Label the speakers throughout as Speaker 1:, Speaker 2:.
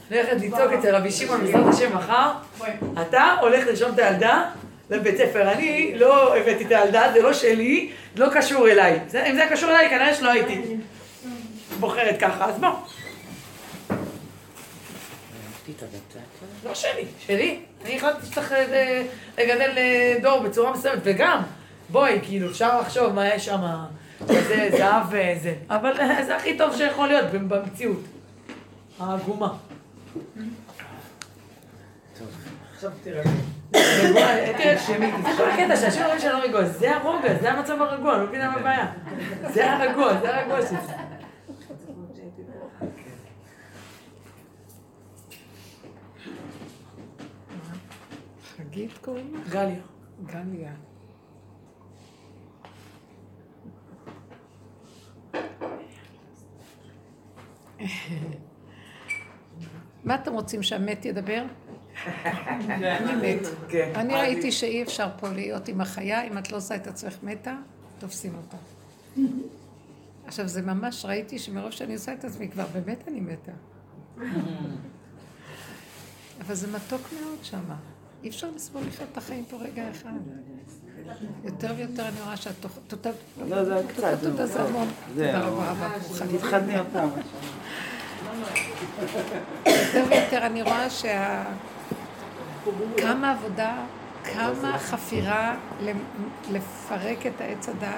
Speaker 1: הולכת לצעוק אצל רבי שמעון בעזרת השם מחר, אתה הולך לרשום את הילדה לבית ספר. אני לא הבאתי את הילדה, זה לא שלי, לא קשור אליי. אם זה היה קשור אליי, כנראה שלא הייתי בוחרת ככה, אז בוא. לא שלי, שלי. אני החלטתי שצריך לגדל דור בצורה מסוימת, וגם, בואי, כאילו, אפשר לחשוב מה יש שם, זה זהב וזה. אבל זה הכי טוב שיכול להיות במציאות. העגומה. טוב. עכשיו תראה. תראה, כל הקטע שהשם אומרים שלא רגוע, זה הרוגע, זה המצב הרגוע, לא מבינה מה הבעיה. זה הרגוע שזה.
Speaker 2: חגית קוראים לך?
Speaker 1: גליה.
Speaker 2: גליה. מה אתם רוצים שהמת ידבר? אני מת. אני ראיתי שאי אפשר פה להיות עם החיה, אם את לא עושה את עצמך מתה, תופסים אותה. עכשיו זה ממש, ראיתי שמרוב שאני עושה את עצמי כבר, באמת אני מתה. אבל זה מתוק מאוד שמה. אי אפשר לסבול לחיות את החיים פה רגע אחד. יותר ויותר אני רואה שהתותת...
Speaker 3: לא, זה קצת.
Speaker 2: תודה זה המון. תודה רבה, אבא.
Speaker 3: תתחתני אותם.
Speaker 2: יותר ויותר אני רואה כמה עבודה, כמה חפירה לפרק את העץ הדעת.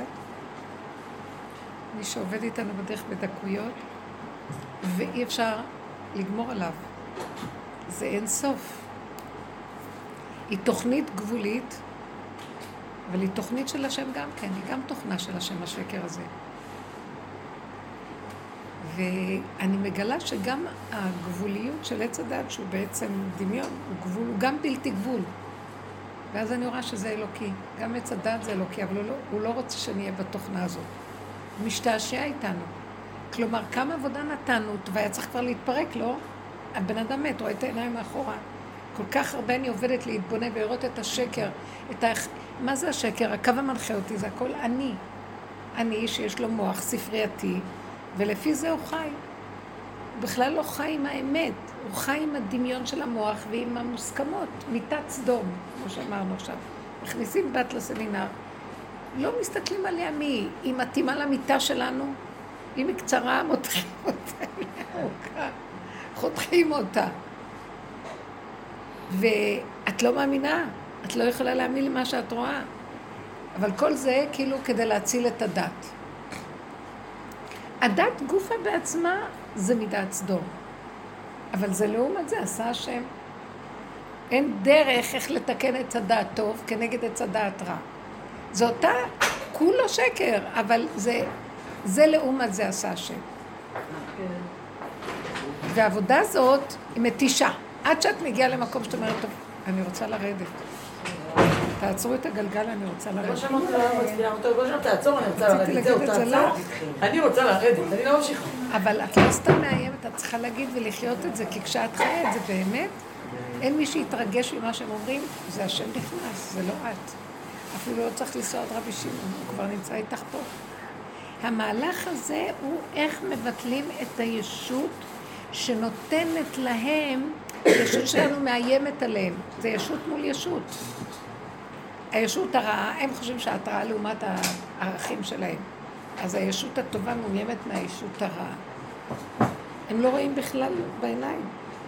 Speaker 2: מי שעובד איתנו בדרך בדקויות, ואי אפשר לגמור עליו. זה אין סוף. היא תוכנית גבולית, אבל היא תוכנית של השם גם כן, היא גם תוכנה של השם, השקר הזה. ואני מגלה שגם הגבוליות של עץ הדת, שהוא בעצם דמיון, הוא גם בלתי גבול. ואז אני רואה שזה אלוקי. גם עץ הדת זה אלוקי, אבל הוא לא רוצה שנהיה בתוכנה הזאת. הוא משתעשע איתנו. כלומר, כמה עבודה נתנו, והיה צריך כבר להתפרק, לא? הבן אדם מת, רואה את העיניים מאחורה. כל כך הרבה אני עובדת להתבונן ולראות את השקר, מה זה השקר? הקו המנחה אותי, זה הכל אני. אני שיש לו מוח ספרייתי, ולפי זה הוא חי. הוא בכלל לא חי עם האמת, הוא חי עם הדמיון של המוח ועם המוסכמות, מיטת סדום, כמו שאמרנו עכשיו. מכניסים בת לסמינר, לא מסתכלים עליה מי, היא מתאימה למיטה שלנו, היא מקצרה, מותחים אותה, ארוכה, חותכים אותה. ואת לא מאמינה, את לא יכולה להאמין למה שאת רואה. אבל כל זה כאילו כדי להציל את הדת. הדת גופה בעצמה זה מידת סדום. אבל זה לעומת זה עשה השם. אין דרך איך לתקן את הדת טוב כנגד את הדת רע. זה אותה כולו שקר, אבל זה לעומת זה עשה השם. והעבודה הזאת היא מתישה. עד שאת מגיעה למקום שאת אומרת, טוב, אני רוצה לרדת. תעצרו את הגלגל, אני רוצה לרדת.
Speaker 1: לא שמעת לא תעצור, אני רוצה לרדת. זהו, תעצור. אני רוצה לרדת, אני לא ממשיכה.
Speaker 2: אבל את לא סתם מאיימת, את צריכה להגיד ולחיות את זה, כי כשאת חיה את זה באמת, אין מי שיתרגש ממה שהם אומרים, זה השם נכנס, זה לא את. אפילו לא צריך לנסוע עד רבי שמעון, הוא כבר נמצא איתך פה. המהלך הזה הוא איך מבטלים את הישות שנותנת להם, הישות שלנו מאיימת עליהם, זה ישות מול ישות. הישות הרעה, הם חושבים שאת רעה לעומת הערכים שלהם. אז הישות הטובה מאוימת מהישות הרעה. הם לא רואים בכלל בעיניים.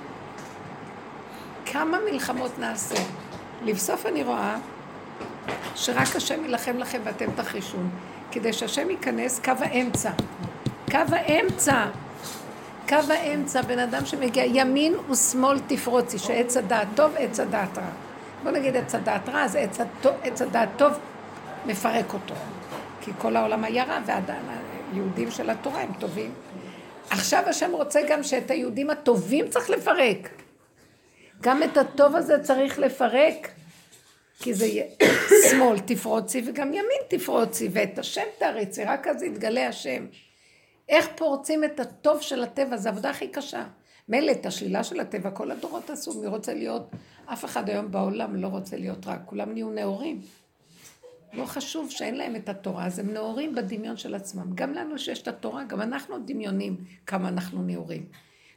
Speaker 2: כמה מלחמות נעשה? לבסוף אני רואה שרק השם ילחם לכם ואתם תחישון, כדי שהשם ייכנס קו האמצע. קו האמצע. קו האמצע, בן אדם שמגיע ימין ושמאל תפרוצי, שעץ הדעת טוב, עץ הדעת רע. בוא נגיד עץ הדעת רע, אז עץ הדעת טוב מפרק אותו. כי כל העולם היה רע, והיהודים של התורה הם טובים. עכשיו השם רוצה גם שאת היהודים הטובים צריך לפרק. גם את הטוב הזה צריך לפרק. כי זה שמאל תפרוצי וגם ימין תפרוצי, ואת השם תריצי, רק אז יתגלה השם. איך פורצים את הטוב של הטבע? זו העבודה הכי קשה. מילא את השלילה של הטבע, כל הדורות עשו, מי רוצה להיות, אף אחד היום בעולם לא רוצה להיות רק, כולם נהיו נאורים. לא חשוב שאין להם את התורה, אז הם נאורים בדמיון של עצמם. גם לנו שיש את התורה, גם אנחנו דמיונים כמה אנחנו נאורים.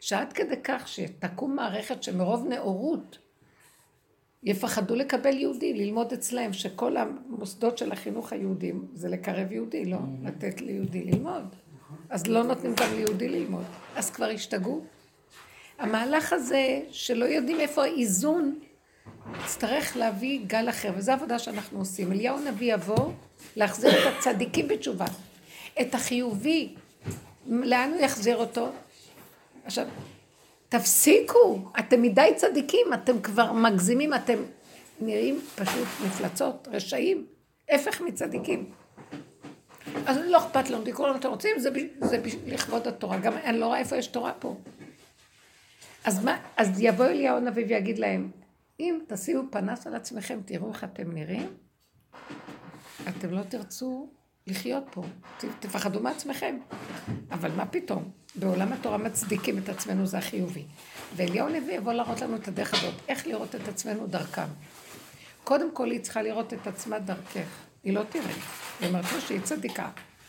Speaker 2: שעד כדי כך שתקום מערכת שמרוב נאורות יפחדו לקבל יהודי, ללמוד אצלהם, שכל המוסדות של החינוך היהודים זה לקרב יהודי, לא לתת ליהודי ללמוד. אז לא נותנים גם ליהודי ללמוד. אז כבר השתגעו. המהלך הזה שלא יודעים איפה האיזון, יצטרך להביא גל אחר, וזו העבודה שאנחנו עושים. אליהו הנביא יבוא להחזיר את הצדיקים בתשובה. את החיובי, לאן הוא יחזיר אותו? עכשיו, תפסיקו, אתם מדי צדיקים, אתם כבר מגזימים, אתם נראים פשוט מפלצות, רשעים, הפך מצדיקים. אז לא אכפת לנו, תקראו לנו אתם רוצים, זה לכבוד התורה, גם אני לא רואה איפה יש תורה פה. אז יבוא אליהו הנביא ויגיד להם, אם תשימו פנס על עצמכם, תראו איך אתם נראים, אתם לא תרצו לחיות פה, תפחדו מעצמכם. אבל מה פתאום? בעולם התורה מצדיקים את עצמנו, זה החיובי. ואליהו הנביא יבוא להראות לנו את הדרך הזאת, איך לראות את עצמנו דרכם. קודם כל היא צריכה לראות את עצמה דרכך, היא לא תראה. היא אומרת לו שהיא צדיקה.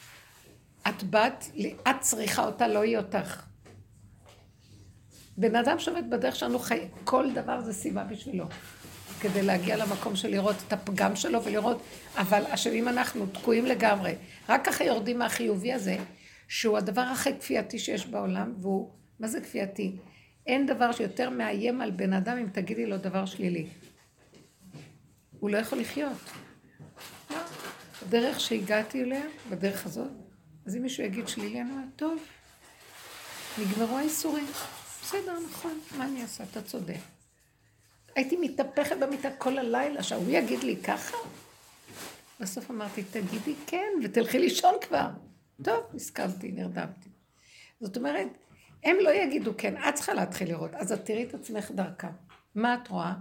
Speaker 2: את צריכה אותה, לא היא אותך. בן אדם שעובד בדרך שלנו חי, כל דבר זה סיבה בשבילו. כדי להגיע למקום של לראות את הפגם שלו ולראות, אבל השבים אנחנו תקועים לגמרי. רק ככה יורדים מהחיובי הזה, שהוא הדבר הכי כפייתי שיש בעולם, והוא, מה זה כפייתי? אין דבר שיותר מאיים על בן אדם אם תגידי לו דבר שלילי. הוא לא יכול לחיות. בדרך שהגעתי אליה, בדרך הזאת, אז אם מישהו יגיד שלילי, אני אומר, טוב, נגמרו האיסורים. בסדר, נכון, מה אני אעשה? אתה צודק. הייתי מתהפכת במיטה כל הלילה, שהוא יגיד לי ככה? בסוף אמרתי, תגידי כן, ותלכי לישון כבר. טוב, הסכמתי, נרדמתי. זאת אומרת, הם לא יגידו כן, את צריכה להתחיל לראות, אז את תראי את עצמך דרכה. מה את רואה?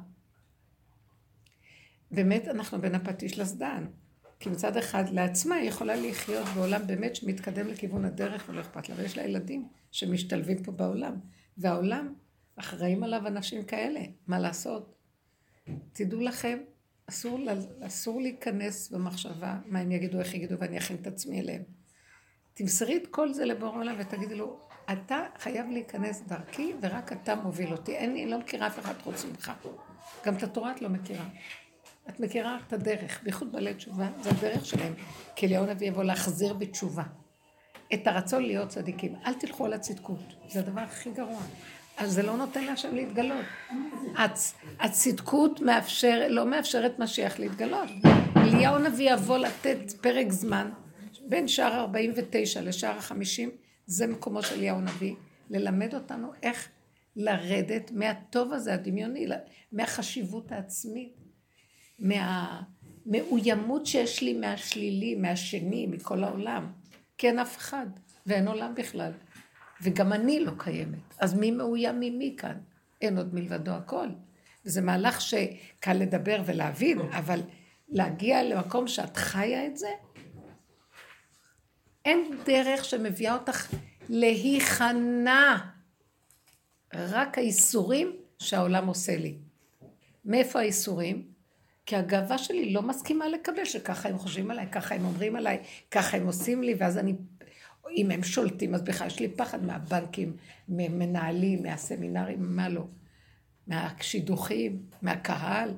Speaker 2: באמת אנחנו בין הפטיש לסדן. כי מצד אחד לעצמה היא יכולה לחיות בעולם באמת שמתקדם לכיוון הדרך ולא אכפת לה, ויש לה ילדים שמשתלבים פה בעולם. והעולם, אחראים עליו אנשים כאלה, מה לעשות? תדעו לכם, אסור להיכנס במחשבה, מה הם יגידו, איך יגידו, ואני אכין את עצמי אליהם. תמסרי את כל זה לבורא עולם ותגידי לו, אתה חייב להיכנס דרכי ורק אתה מוביל אותי. אני לא מכירה אף אחד חוץ ממך. גם את התורה את לא מכירה. את מכירה את הדרך, בייחוד בעלי תשובה, זה הדרך שלהם. כי אליהו הנביא יבוא להחזיר בתשובה. את הרצון להיות צדיקים. אל תלכו על הצדקות, זה הדבר הכי גרוע. אז זה לא נותן להשם להתגלות. הצדקות לא מאפשרת משיח להתגלות. אליהו הנביא יבוא לתת פרק זמן, בין שער 49 לשער 50, זה מקומו של אליהו הנביא, ללמד אותנו איך לרדת מהטוב הזה הדמיוני, מהחשיבות העצמית, מהמאוימות שיש לי מהשלילי, מהשני, מכל העולם. כי אין אף אחד, ואין עולם בכלל. וגם אני לא קיימת. אז מי מאוים ממי כאן? אין עוד מלבדו הכל. וזה מהלך שקל לדבר ולהבין, אבל להגיע למקום שאת חיה את זה, אין דרך שמביאה אותך להיכנע. רק האיסורים שהעולם עושה לי. מאיפה האיסורים? כי הגאווה שלי לא מסכימה לקבל שככה הם חושבים עליי, ככה הם אומרים עליי, ככה הם עושים לי, ואז אני, אם הם שולטים, אז בכלל יש לי פחד מהבנקים, ממנהלים, מהסמינרים, מה לא, מהשידוכים, מהקהל.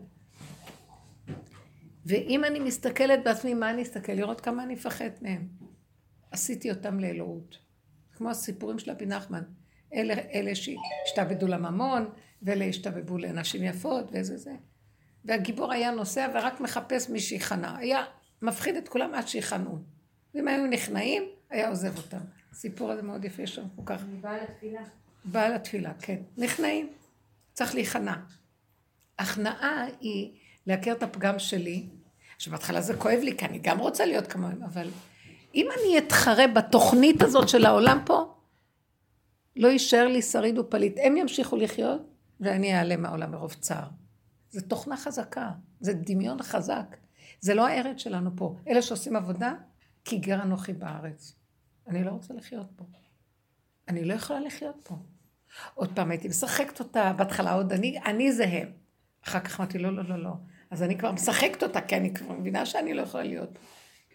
Speaker 2: ואם אני מסתכלת בעצמי, מה אני אסתכל? לראות כמה אני מפחד מהם. עשיתי אותם לאלוהות. כמו הסיפורים של רבי נחמן. אלה שהשתעבדו לממון, ואלה השתעבדו לנשים יפות, וזה זה. והגיבור היה נוסע ורק מחפש מי שיכנע. היה מפחיד את כולם עד שיכנעו. ואם היו נכנעים, היה עוזב אותם. הסיפור הזה מאוד יפה שם, כל כך.
Speaker 4: בעל התפילה.
Speaker 2: בעל התפילה, כן. נכנעים. צריך להיכנע. הכנעה היא להכיר את הפגם שלי, שבהתחלה זה כואב לי, כי אני גם רוצה להיות כמוהם, אבל אם אני אתחרה בתוכנית הזאת של העולם פה, לא יישאר לי שריד ופליט. הם ימשיכו לחיות, ואני אעלה מהעולם מרוב צער. זה תוכנה חזקה, זה דמיון חזק. זה לא הארץ שלנו פה. אלה שעושים עבודה, כי גר אנוכי בארץ. אני לא רוצה לחיות פה. אני לא יכולה לחיות פה. עוד פעם הייתי משחקת אותה, בהתחלה עוד אני זה הם. אחר כך אמרתי, לא, לא, לא, לא. אז אני כבר משחקת אותה, כי אני כבר מבינה שאני לא יכולה להיות פה.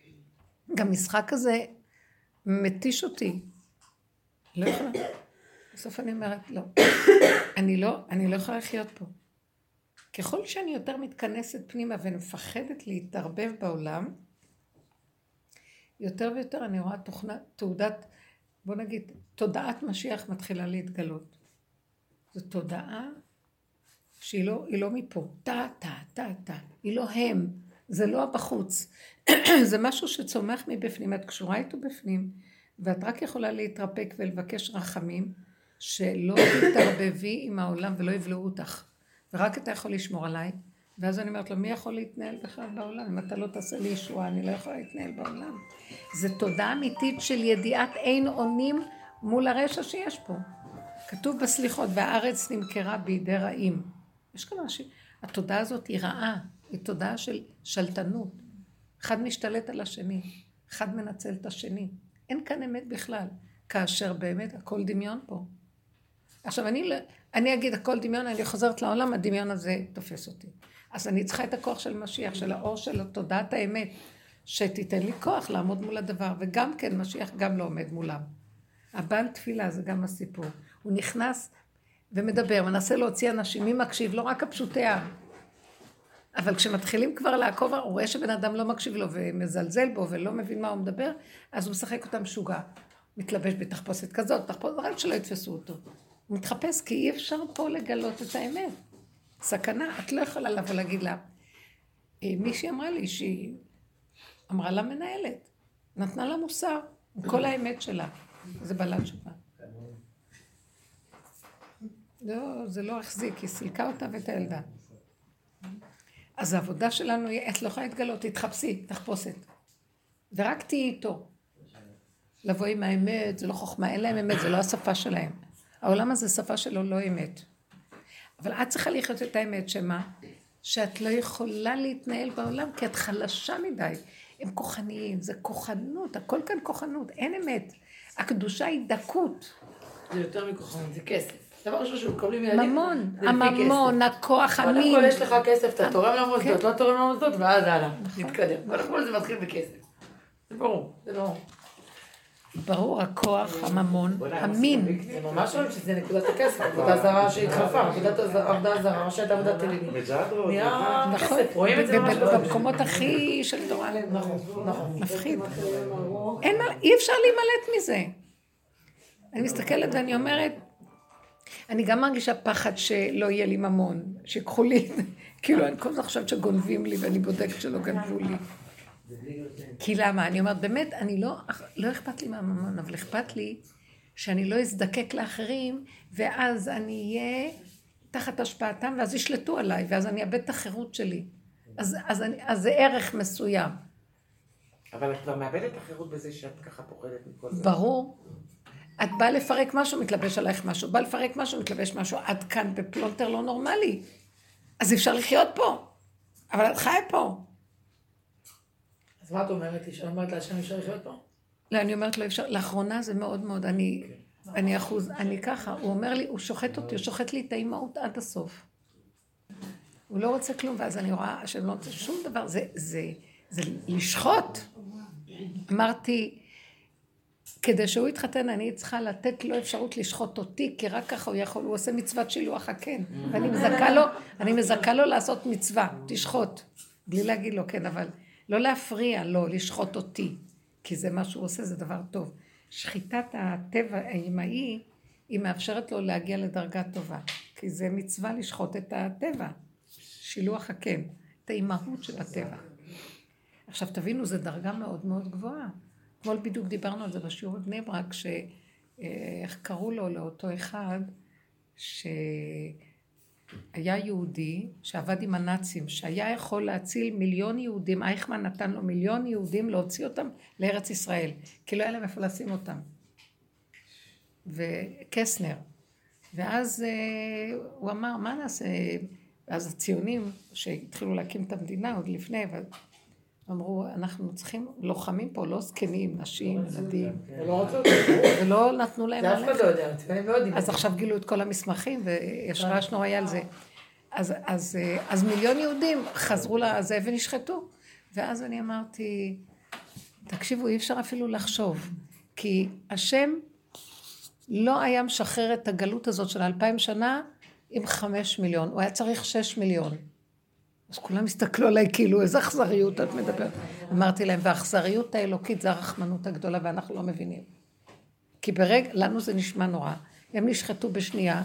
Speaker 2: גם משחק הזה מתיש אותי. לא יכולה. בסוף אני אומרת, לא. אני לא יכולה לחיות פה. ככל שאני יותר מתכנסת פנימה ומפחדת להתערבב בעולם, יותר ויותר אני רואה תעודת, בוא נגיד, תודעת משיח מתחילה להתגלות. זו תודעה שהיא לא מפה, טה. היא לא הם, זה לא בחוץ. זה משהו שצומח מבפנים, את קשורה איתו בפנים, ואת רק יכולה להתרפק ולבקש רחמים, שלא תתערבבי עם העולם ולא יבלעו אותך. ורק אתה יכול לשמור עליי, ואז אני אומרת לו, מי יכול להתנהל בכלל בעולם? אם אתה לא תעשה לי ישועה, אני לא יכולה להתנהל בעולם. זו תודעה אמיתית של ידיעת אין אונים מול הרשע שיש פה. כתוב בסליחות, והארץ נמכרה בידי רעים. יש כאן אנשים, התודעה הזאת היא רעה, היא תודעה של שלטנות. אחד משתלט על השני, אחד מנצל את השני. אין כאן אמת בכלל, כאשר באמת הכל דמיון פה. עכשיו אני אגיד הכל דמיון, אני חוזרת לעולם, הדמיון הזה תופס אותי. אז אני צריכה את הכוח של משיח, של האור של תודעת האמת, שתיתן לי כוח לעמוד מול הדבר, וגם כן משיח גם לא עומד מולם. הבעל תפילה זה גם הסיפור. הוא נכנס ומדבר, מנסה להוציא אנשים, מי מקשיב? לא רק הפשוטי העם. אבל כשמתחילים כבר לעקוב, הוא רואה שבן אדם לא מקשיב לו ומזלזל בו ולא מבין מה הוא מדבר, אז הוא משחק אותם משוגע. מתלבש בתחפושת כזאת, רק שלא יתפסו אותו. הוא מתחפש כי אי אפשר פה לגלות את האמת. סכנה, את לא יכולה לבוא להגיד לה. מישהי אמרה לי שהיא אמרה לה מנהלת, נתנה לה מוסר, עם כל האמת שלה. זה בלד שלה. לא, זה לא החזיק, היא סילקה אותה ואת הילדה. אז העבודה שלנו היא, את לא יכולה להתגלות, תתחפשי, תחפושת. ורק תהיי איתו. לבוא עם האמת, זה לא חוכמה, אין להם אמת, זה לא השפה שלהם. העולם הזה שפה שלו לא אמת. אבל את צריכה לחיות את האמת, שמה? שאת לא יכולה להתנהל בעולם, כי את חלשה מדי. הם כוחניים, זה כוחנות, הכל כאן כוחנות, אין אמת. הקדושה היא דקות.
Speaker 1: זה יותר מכוחנות, זה כסף. דבר ראשון שמקבלים ילדים,
Speaker 2: ממון, הממון, הכוח, המין.
Speaker 1: קודם כל יש לך כסף, אתה תורם למוסדות, לא תורם למוסדות, ואז הלאה, נתקדם. קודם כל זה מתחיל בכסף. זה ברור, זה ברור.
Speaker 2: ברור, הכוח, הממון, המין.
Speaker 1: זה ממש לא שזה נקודת הכסף, עבודה זרה שהתחלפה, עבודה זרה, מה שהייתה עבודת אלילים. נהיה כסף, רואים את זה ממש בזה.
Speaker 2: במקומות הכי של תורה.
Speaker 1: נכון.
Speaker 2: מפחיד. אי אפשר להימלט מזה. אני מסתכלת ואני אומרת, אני גם מרגישה פחד שלא יהיה לי ממון, שיקחו לי, כאילו אני כל כך חושבת שגונבים לי ואני בודקת שלא גנבו לי. כי למה? אני אומרת, באמת, אני לא אכפת לי מהממון, אבל אכפת לי שאני לא אזדקק לאחרים, ואז אני אהיה תחת השפעתם, ואז ישלטו עליי, ואז אני אאבד את החירות שלי. אז זה ערך מסוים.
Speaker 3: אבל את כבר מאבדת החירות בזה שאת ככה פוחדת מכל זה.
Speaker 2: ברור. את באה לפרק משהו, מתלבש עלייך משהו, באה לפרק משהו, מתלבש משהו, עד כאן בפלונטר לא נורמלי. אז אפשר לחיות פה, אבל את חיה פה.
Speaker 1: אז מה את אומרת לי? שאני אומרת לה שאני אפשר לחיות פה?
Speaker 2: לא, אני אומרת לו אפשר, לאחרונה זה מאוד מאוד, אני ככה, הוא אומר לי, הוא שוחט אותי, הוא שוחט לי את האימהות עד הסוף. הוא לא רוצה כלום, ואז אני רואה שאני לא רוצה שום דבר, זה לשחוט. אמרתי, כדי שהוא יתחתן, אני צריכה לתת לו אפשרות לשחוט אותי, כי רק ככה הוא יכול, הוא עושה מצוות שילוח הקן, ואני מזכה לו לעשות מצווה, תשחוט, בלי להגיד לו כן, אבל לא להפריע לו, לשחוט אותי, כי זה מה שהוא עושה, זה דבר טוב. שחיטת הטבע האימהי, היא מאפשרת לו להגיע לדרגה טובה, כי זה מצווה לשחוט את הטבע, שילוח הקן, את האימהות של הטבע. עכשיו תבינו, זו דרגה מאוד מאוד גבוהה. אתמול בדיוק דיברנו על זה בשיעור בבני ברק, איך קראו לו לאותו אחד, שהיה יהודי, שעבד עם הנאצים, שהיה יכול להציל 1,000,000 יהודים, אייכמן נתן לו 1,000,000 יהודים להוציא אותם לארץ ישראל, כי לא היה להם איפה לשים אותם. וקסנר. ואז הוא אמר, מה נעשה? אז הציונים שהתחילו להקים את המדינה עוד לפני, אמרו, אנחנו צריכים לוחמים פה, לא זקנים, נשים, ילדים. ולא נתנו להם
Speaker 1: זה אף אחד לא יודע, הם לא יודעים.
Speaker 2: אז עכשיו גילו את כל המסמכים, ויש רעש נוראי על זה. אז 1,000,000 יהודים חזרו לזה ונשחטו. ואז אני אמרתי, תקשיבו, אי אפשר אפילו לחשוב, כי השם לא היה משחרר את הגלות הזאת של 2000 שנה עם 5 מיליון, הוא היה צריך 6 מיליון. אז כולם הסתכלו עליי כאילו, איזה אכזריות את מדברת. אמרתי להם, והאכזריות האלוקית זה הרחמנות הגדולה, ואנחנו לא מבינים. כי לנו זה נשמע נורא, הם נשחטו בשנייה,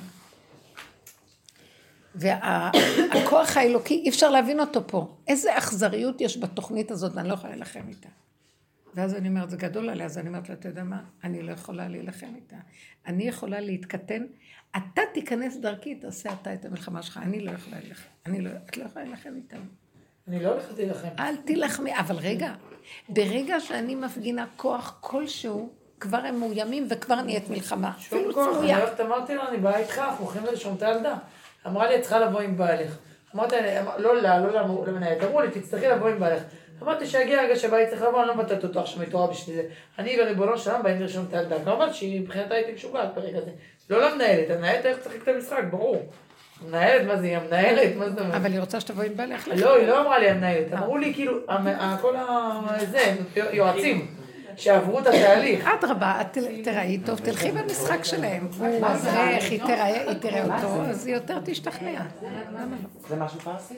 Speaker 2: והכוח האלוקי, אי אפשר להבין אותו פה. איזה אכזריות יש בתוכנית הזאת, ואני לא יכולה להילחם איתה. ואז אני אומרת, זה גדול עליה, אז אני אומרת לה, אתה יודע מה? אני לא יכולה להילחם איתה. אני יכולה להתקטן, אתה תיכנס דרכי, תעשה אתה את המלחמה שלך, אני לא יכולה להילחם. את לא יכולה להילחם איתה.
Speaker 1: אני לא הולכת להילחם.
Speaker 2: אל תילחמי, אבל רגע, ברגע שאני מפגינה כוח כלשהו, כבר הם מאוימים וכבר נהיית מלחמה.
Speaker 1: שום כוח, אני הולכת, אמרתי לה, אני באה איתך, אנחנו הולכים לרשום את הילדה. אמרה לי, את צריכה לבוא עם בעלך. אמרתי, לא למנהלת, אמרו לי, תצטרכי לבוא עם בעלך. אמרתי שהגיע הרגע שבה היא צריך לבוא, אני לא מבטאת אותו עכשיו מתורה בשביל זה. אני וריבונו שלם באים לרשום את הילדה. כמובן שהיא מבחינתה הייתי משוגעת ברגע הזה. לא למנהלת, המנהלת איך צריך את המשחק, ברור. המנהלת, מה זה, היא המנהלת, מה זה אומר?
Speaker 2: אבל היא רוצה שתבוא עם בעלך.
Speaker 1: לא, היא לא אמרה לי המנהלת. אמרו לי כאילו, כל זה, יועצים. שעברו את התהליך.
Speaker 2: אדרבה, את תראי טוב, תלכי במשחק שלהם. הוא איך היא תראה אותו, אז היא יותר תשתכנע.
Speaker 3: זה משהו פרסי?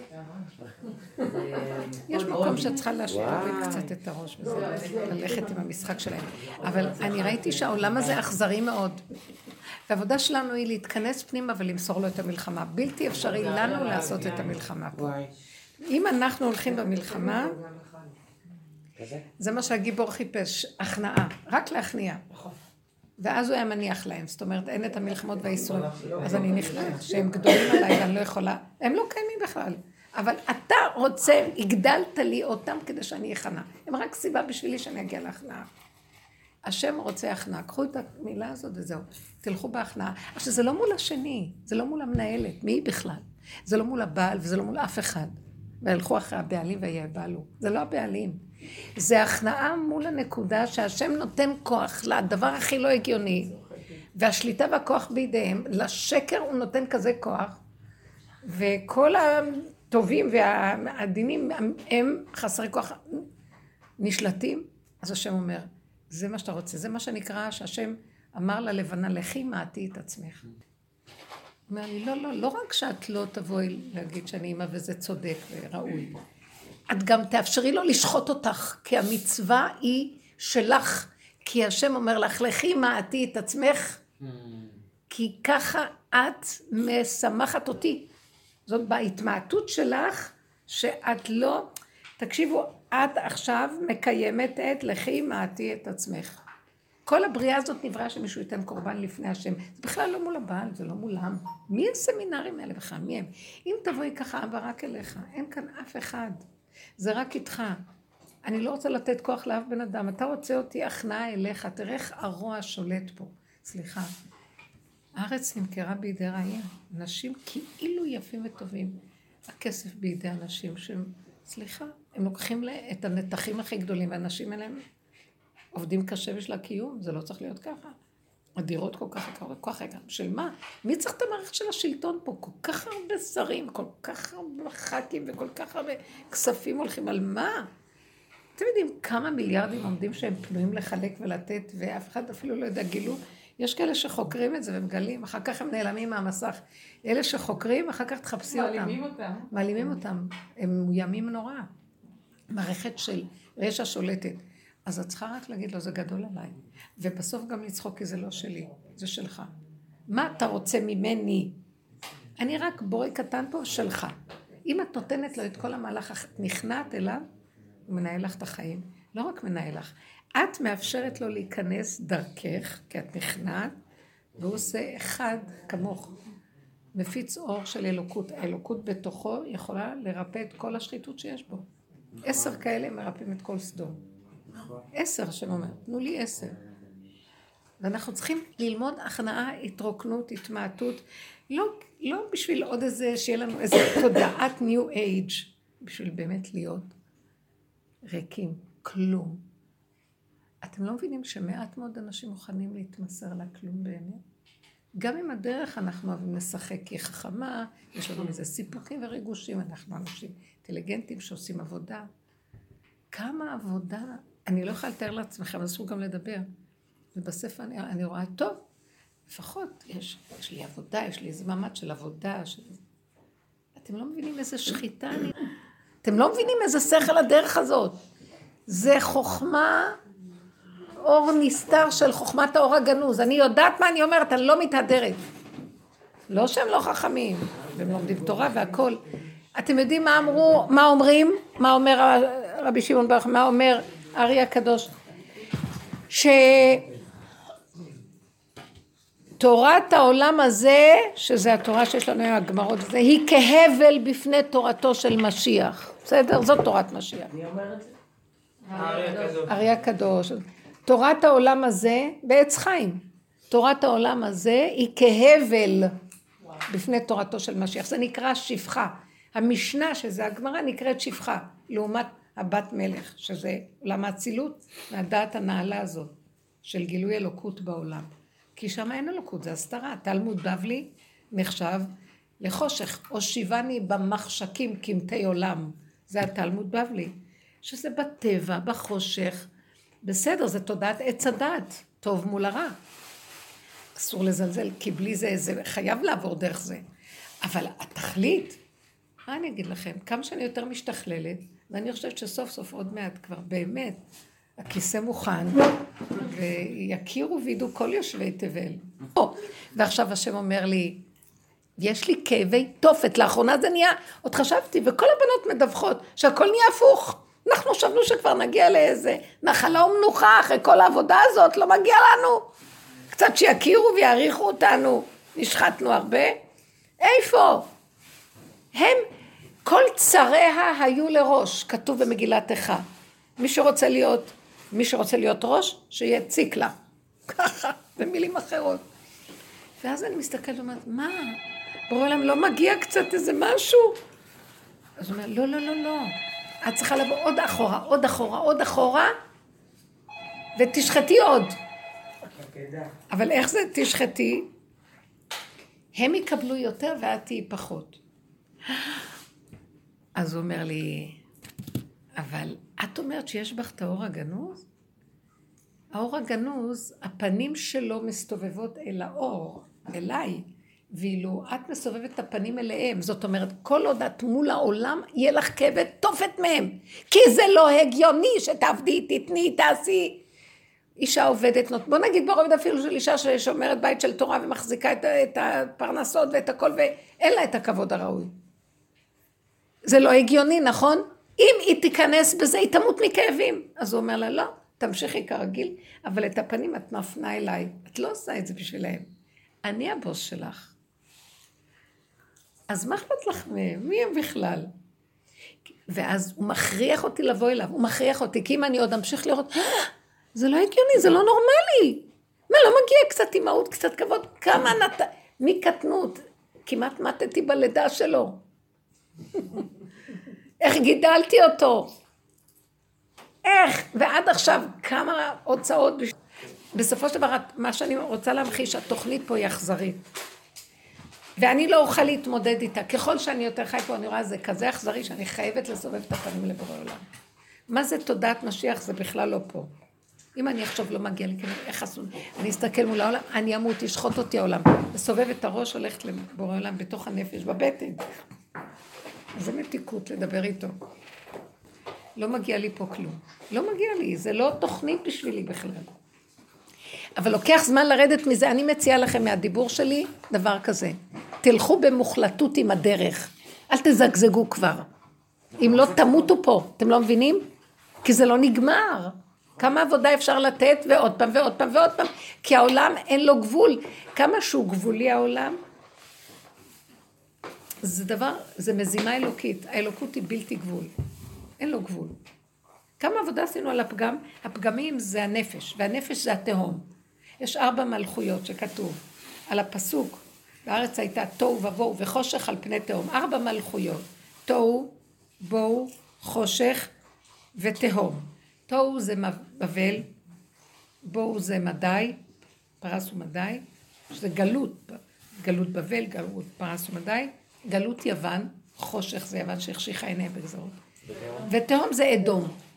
Speaker 2: יש מקום שצריכה להוריד קצת את הראש וזה, ללכת עם המשחק שלהם. אבל אני ראיתי שהעולם הזה אכזרי מאוד. והעבודה שלנו היא להתכנס פנימה ולמסור לו את המלחמה. בלתי אפשרי לנו לעשות את המלחמה פה. אם אנחנו הולכים במלחמה, זה מה שהגיבור חיפש, הכנעה, רק להכניע. ואז הוא היה מניח להם, זאת אומרת, אין את המלחמות והאיסורים. אז אני נכנעת, שהם גדולים עליי ואני לא יכולה, הם לא קיימים בכלל. אבל אתה רוצה, הגדלת לי אותם כדי שאני אכנע. הם רק סיבה בשבילי שאני אגיע להכנעה. השם רוצה הכנעה, קחו את המילה הזאת וזהו, תלכו בהכנעה. עכשיו, זה לא מול השני, זה לא מול המנהלת, מי בכלל? זה לא מול הבעל וזה לא מול אף אחד. והלכו אחרי הבעלים ויבעלו. זה לא הבעלים. זה הכנעה מול הנקודה שהשם נותן כוח לדבר הכי לא הגיוני, והשליטה והכוח בידיהם, לשקר הוא נותן כזה כוח, וכל הטובים והעדינים הם חסרי כוח נשלטים. אז השם אומר, זה מה שאתה רוצה, זה מה שנקרא שהשם אמר ללבנה, לכי מעטי את עצמך. הוא אומר לי, לא רק שאת לא תבואי להגיד שאני אימא וזה צודק וראוי, את גם תאפשרי לו לשחוט אותך, כי המצווה היא שלך, כי השם אומר לך, לכי מעטי את עצמך, כי ככה את משמחת אותי. זאת בהתמעטות שלך, שאת לא, תקשיבו, את עכשיו מקיימת את לכי מעטי את עצמך. כל הבריאה הזאת נבראה שמישהו ייתן קורבן לפני השם. זה בכלל לא מול הבעל, זה לא מולם. מי הסמינרים האלה בכלל? מי הם? אם תבואי ככה, אבא רק אליך, אין כאן אף אחד. זה רק איתך. אני לא רוצה לתת כוח לאף בן אדם. אתה רוצה אותי הכנעה אליך, תראה איך הרוע שולט פה. סליחה. הארץ נמכרה בידי רעים. אנשים כאילו יפים וטובים. הכסף בידי אנשים שהם, סליחה, הם לוקחים את הנתחים הכי גדולים, והאנשים אליהם עובדים קשה בשביל הקיום, זה לא צריך להיות ככה. הדירות כל כך יקרות, כל כך יקר. של מה? מי צריך את המערכת של השלטון פה? כל כך הרבה שרים, כל כך הרבה ח"כים וכל כך הרבה כספים הולכים על מה? אתם יודעים כמה מיליארדים עומדים שהם פנויים לחלק ולתת, ואף אחד אפילו לא יודע גילו? יש כאלה שחוקרים את זה ומגלים, אחר כך הם נעלמים מהמסך. אלה שחוקרים, אחר כך תחפשי אותם.
Speaker 1: מעלימים אותם.
Speaker 2: מעלימים אותם. הם מאוימים נורא. מערכת של רשע שולטת. אז את צריכה רק להגיד לו, זה גדול עליי. ובסוף גם לצחוק, כי זה לא שלי, זה שלך. מה אתה רוצה ממני? אני רק בורא קטן פה שלך. אם את נותנת לו את כל המהלך, את נכנעת אליו, הוא מנהל לך את החיים. לא רק מנהל לך. את מאפשרת לו להיכנס דרכך, כי את נכנעת, והוא עושה אחד כמוך. מפיץ אור של אלוקות. האלוקות בתוכו יכולה לרפא את כל השחיתות שיש בו. 10 כאלה מרפאים את כל סדום. 10 שאומר, תנו לי 10. ואנחנו צריכים ללמוד הכנעה, התרוקנות, התמעטות, לא בשביל עוד איזה, שיהיה לנו איזה תודעת ניו אייג', בשביל באמת להיות ריקים, כלום. אתם לא מבינים שמעט מאוד אנשים מוכנים להתמסר לכלום באמת? גם עם הדרך אנחנו אוהבים לשחק, כי חכמה, יש לנו איזה סיפוקים וריגושים, אנחנו אנשים אינטליגנטים שעושים עבודה. כמה עבודה, אני לא יכולה לתאר לעצמכם, אסור גם לדבר. ובספר אני רואה, טוב, לפחות יש לי עבודה, יש לי איזה מעמד של עבודה. אתם לא מבינים איזה שחיטה אני... אתם לא מבינים איזה שכל הדרך הזאת. זה חוכמה, אור נסתר של חוכמת האור הגנוז. אני יודעת מה אני אומרת, אני לא מתהדרת. לא שהם לא חכמים, והם לומדים תורה והכל. אתם יודעים מה אמרו, מה אומרים? מה אומר רבי שמעון בר יוחאי, מה אומר הארי הקדוש? תורת העולם הזה, שזה התורה שיש לנו עם הגמרות, היא כהבל בפני תורתו של משיח. בסדר? זאת תורת משיח.
Speaker 3: מי אומר את זה?
Speaker 2: הארי הקדוש. תורת העולם הזה, בעץ חיים. תורת העולם הזה היא כהבל בפני תורתו של משיח. זה נקרא שפחה. המשנה, שזה הגמרא, נקראת שפחה, לעומת הבת מלך, שזה עולם האצילות, והדעת הנעלה הזאת, של גילוי אלוקות בעולם. כי שם אין אלוקות, זה הסתרה. תלמוד בבלי נחשב לחושך, או שיבני במחשכים כמתי עולם. זה התלמוד בבלי, שזה בטבע, בחושך. בסדר, זה תודעת עץ הדעת, טוב מול הרע. אסור לזלזל, כי בלי זה חייב לעבור דרך זה. אבל התכלית, מה אני אגיד לכם? כמה שאני יותר משתכללת, ואני חושבת שסוף סוף עוד מעט כבר באמת, הכיסא מוכן, ויכירו וידעו כל יושבי תבל. ועכשיו השם אומר לי, יש לי כאבי תופת, לאחרונה זה נהיה, עוד חשבתי, וכל הבנות מדווחות, שהכל נהיה הפוך. אנחנו חשבנו שכבר נגיע לאיזה נחלה ומנוחה, אחרי כל העבודה הזאת, לא מגיע לנו. קצת שיכירו ויעריכו אותנו, נשחטנו הרבה. איפה? הם, כל צריה היו לראש, כתוב במגילת איכה. מי שרוצה להיות ראש, שיהיה ציקלה. ככה, במילים אחרות. ואז אני מסתכלת ואומרת, מה? ברור להם, לא מגיע קצת איזה משהו? אז הוא אומר, לא, לא, לא, לא. את צריכה לבוא עוד אחורה, עוד אחורה, עוד אחורה, ותשחטי עוד. אבל איך זה תשחטי? הם יקבלו יותר ואת תהי פחות. אז הוא אומר לי, אבל את אומרת שיש בך את האור הגנוז? האור הגנוז, הפנים שלו מסתובבות אל האור, אליי, ואילו את מסובבת את הפנים אליהם. זאת אומרת, כל עוד את מול העולם, יהיה לך כאבת תופת מהם. כי זה לא הגיוני שתעבדי, תתני, תעשי. אישה עובדת, בוא נגיד ברובד אפילו של אישה ששומרת בית של תורה ומחזיקה את הפרנסות ואת הכל, ואין לה את הכבוד הראוי. זה לא הגיוני, נכון? אם היא תיכנס בזה, היא תמות מכאבים. אז הוא אומר לה, לא, תמשיכי כרגיל, אבל את הפנים את מפנה אליי. את לא עושה את זה בשבילהם. אני הבוס שלך. אז מה אכפת לך מהם? מי הם בכלל? ואז הוא מכריח אותי לבוא אליו, הוא מכריח אותי, כי אם אני עוד אמשיך לראות, זה לא הגיוני, זה לא נורמלי. מה, לא מגיע קצת אימהות, קצת כבוד? כמה מקטנות? כמעט מתתי בלידה שלו. איך גידלתי אותו? איך? ועד עכשיו כמה הוצאות. בסופו של דבר, מה שאני רוצה להמחיש, התוכנית פה היא אכזרית. ואני לא אוכל להתמודד איתה. ככל שאני יותר חי פה, אני רואה זה כזה אכזרי, שאני חייבת לסובב את הפנים לבורא עולם. מה זה תודעת משיח? זה בכלל לא פה. אם אני עכשיו לא מגיע לי, איך עשו? אני אסתכל מול העולם, אני אמות, ישחוט אותי העולם. לסובב את הראש, הולכת לבורא עולם בתוך הנפש, בבטן. זה מתיקות לדבר איתו. לא מגיע לי פה כלום. לא מגיע לי, זה לא תוכנית בשבילי בכלל. אבל לוקח זמן לרדת מזה, אני מציעה לכם מהדיבור שלי דבר כזה. תלכו במוחלטות עם הדרך. אל תזגזגו כבר. אם לא תמותו פה, אתם לא מבינים? כי זה לא נגמר. כמה עבודה אפשר לתת ועוד פעם ועוד פעם ועוד פעם. כי העולם אין לו גבול. כמה שהוא גבולי העולם, זה דבר, זה מזימה אלוקית. האלוקות היא בלתי גבול. אין לו גבול. כמה עבודה עשינו על הפגם? הפגמים זה הנפש, והנפש זה התהום. יש 4 מלכויות שכתוב על הפסוק. בארץ הייתה תוהו ובוהו וחושך על פני תהום. 4 מלכויות. תוהו, בוהו, חושך ותהום. תוהו זה בבל, בוהו זה מדי, פרס ומדי, שזה גלות, גלות בבל, גלות פרס ומדי, גלות יוון, חושך זה יוון שהחשיכה עיניה בגזרות. ותהום זה אדום.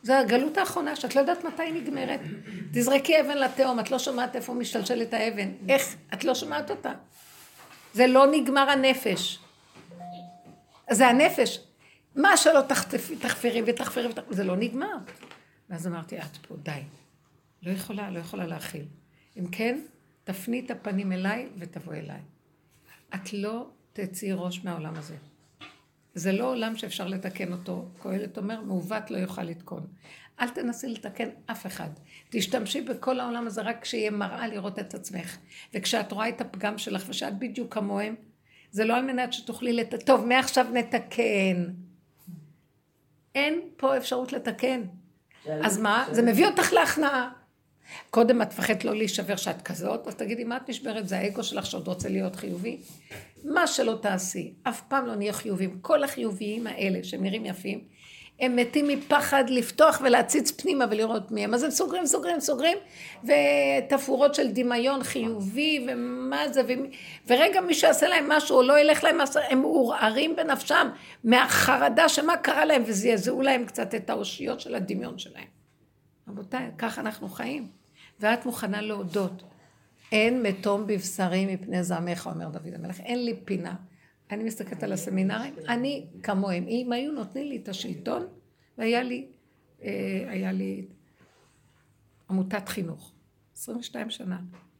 Speaker 2: זה הגלות האחרונה, שאת לא יודעת מתי היא נגמרת. תזרקי אבן לתהום, את לא שומעת איפה משתלשלת האבן. איך? את לא שומעת אותה. זה לא נגמר הנפש. זה הנפש. מה שלא תחפרי ותחפרי, זה לא נגמר. ואז אמרתי, את פה, די. לא יכולה להכיל. אם כן, תפני את הפנים אליי ותבוא אליי. את לא תציעי ראש מהעולם הזה. זה לא עולם שאפשר לתקן אותו. קהלת אומר, מעוות לא יוכל לתקון. אל תנסי לתקן אף אחד. תשתמשי בכל העולם הזה רק כשיהיה מראה לראות את עצמך. וכשאת רואה את הפגם שלך ושאת בדיוק כמוהם, זה לא על מנת שתוכלי טוב, מעכשיו נתקן. אין פה אפשרות לתקן. אז מה? זה מביא אותך להכנעה. קודם את מפחדת לא להישבר שאת כזאת, אז תגידי, מה את נשברת? זה האגו שלך שעוד רוצה להיות חיובי? מה שלא תעשי, אף פעם לא נהיה חיובים. כל החיוביים האלה שהם נראים יפים, הם מתים מפחד לפתוח ולהציץ פנימה ולראות מי הם. אז הם סוגרים, ותפורות של דמיון חיובי, ומה זה, ורגע מי שעשה להם משהו, או לא ילך להם משהו, הם מעורערים בנפשם, מהחרדה שמה קרה להם, וזעזעו להם קצת את האושיות של הדמיון שלהם. רבותיי, ככה אנחנו חיים. ואת מוכנה להודות. אין מתום בבשרי מפני זעמך, אומר דוד המלך. אין לי פינה. אני מסתכלת על הסמינרים, אני כמוהם. אם היו נותנים לי את השלטון, והיה לי עמותת חינוך. 22 שנה.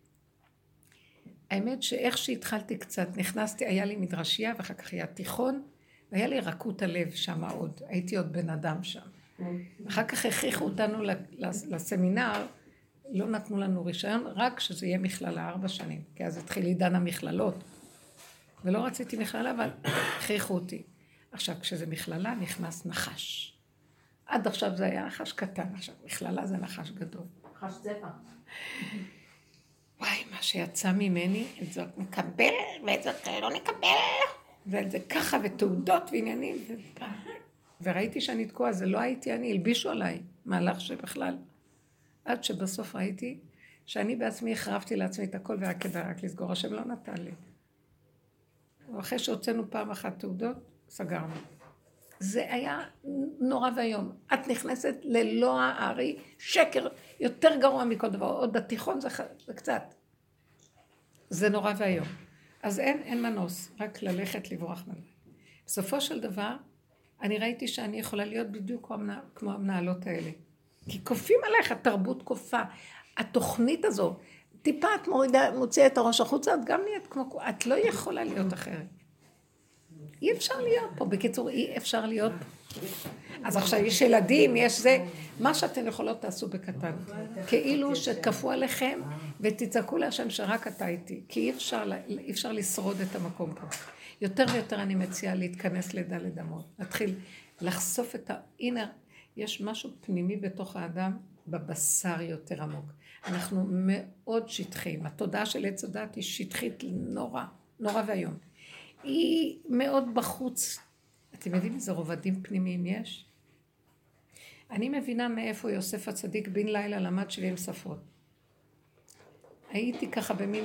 Speaker 2: האמת שאיך שהתחלתי קצת, נכנסתי, היה לי מדרשייה, ואחר כך היה תיכון, והיה לי רכות הלב שם עוד. הייתי עוד בן אדם שם. אחר כך הכריחו אותנו לסמינר, לא נתנו לנו רישיון, רק שזה יהיה מכללה 4 שנים, כי אז התחיל עידן המכללות. ולא רציתי מכללה, אבל הכריחו אותי. עכשיו, כשזה מכללה, נכנס נחש. עד עכשיו זה היה נחש קטן, עכשיו מכללה זה נחש גדול.
Speaker 1: נחש צבע.
Speaker 2: וואי, מה שיצא ממני, את זאת נקבל, ואת זאת לא נקבל, ואת זה ככה, ותעודות ועניינים, וראיתי שאני תקועה, זה לא הייתי אני, הלבישו עליי, מהלך שבכלל. עד שבסוף ראיתי שאני בעצמי החרבתי לעצמי את הכל, והיה כדאי רק לסגור, השם לא נתן לי. ואחרי שהוצאנו פעם אחת תעודות, סגרנו. זה היה נורא והיום. את נכנסת ללא הארי, שקר, יותר גרוע מכל דבר. עוד התיכון זה קצת. זה נורא והיום. אז אין מנוס, רק ללכת לברוח ממנו. בסופו של דבר, אני ראיתי שאני יכולה להיות בדיוק כמו המנהלות האלה. כי כופים עליך, תרבות כופה. התוכנית הזו, טיפה את מוציאה את הראש החוצה, את גם נהיית כמו... את לא יכולה להיות אחרת. אי אפשר להיות פה. בקיצור, אי אפשר להיות פה. אז עכשיו יש ילדים, יש זה. מה שאתם יכולות תעשו בקטן. כאילו שכפו עליכם ותצעקו להשם שרק אתה איתי. כי אי אפשר לשרוד את המקום פה. יותר ויותר אני מציעה להתכנס לדלת אמות. להתחיל לחשוף את הנה, יש משהו פנימי בתוך האדם, בבשר יותר עמוק. אנחנו מאוד שטחיים. התודעה של עץ הדת היא שטחית נורא, נורא והיום. היא מאוד בחוץ. אתם יודעים איזה רובדים פנימיים יש? אני מבינה מאיפה יוסף הצדיק בן לילה למד 70 שפות. הייתי ככה במין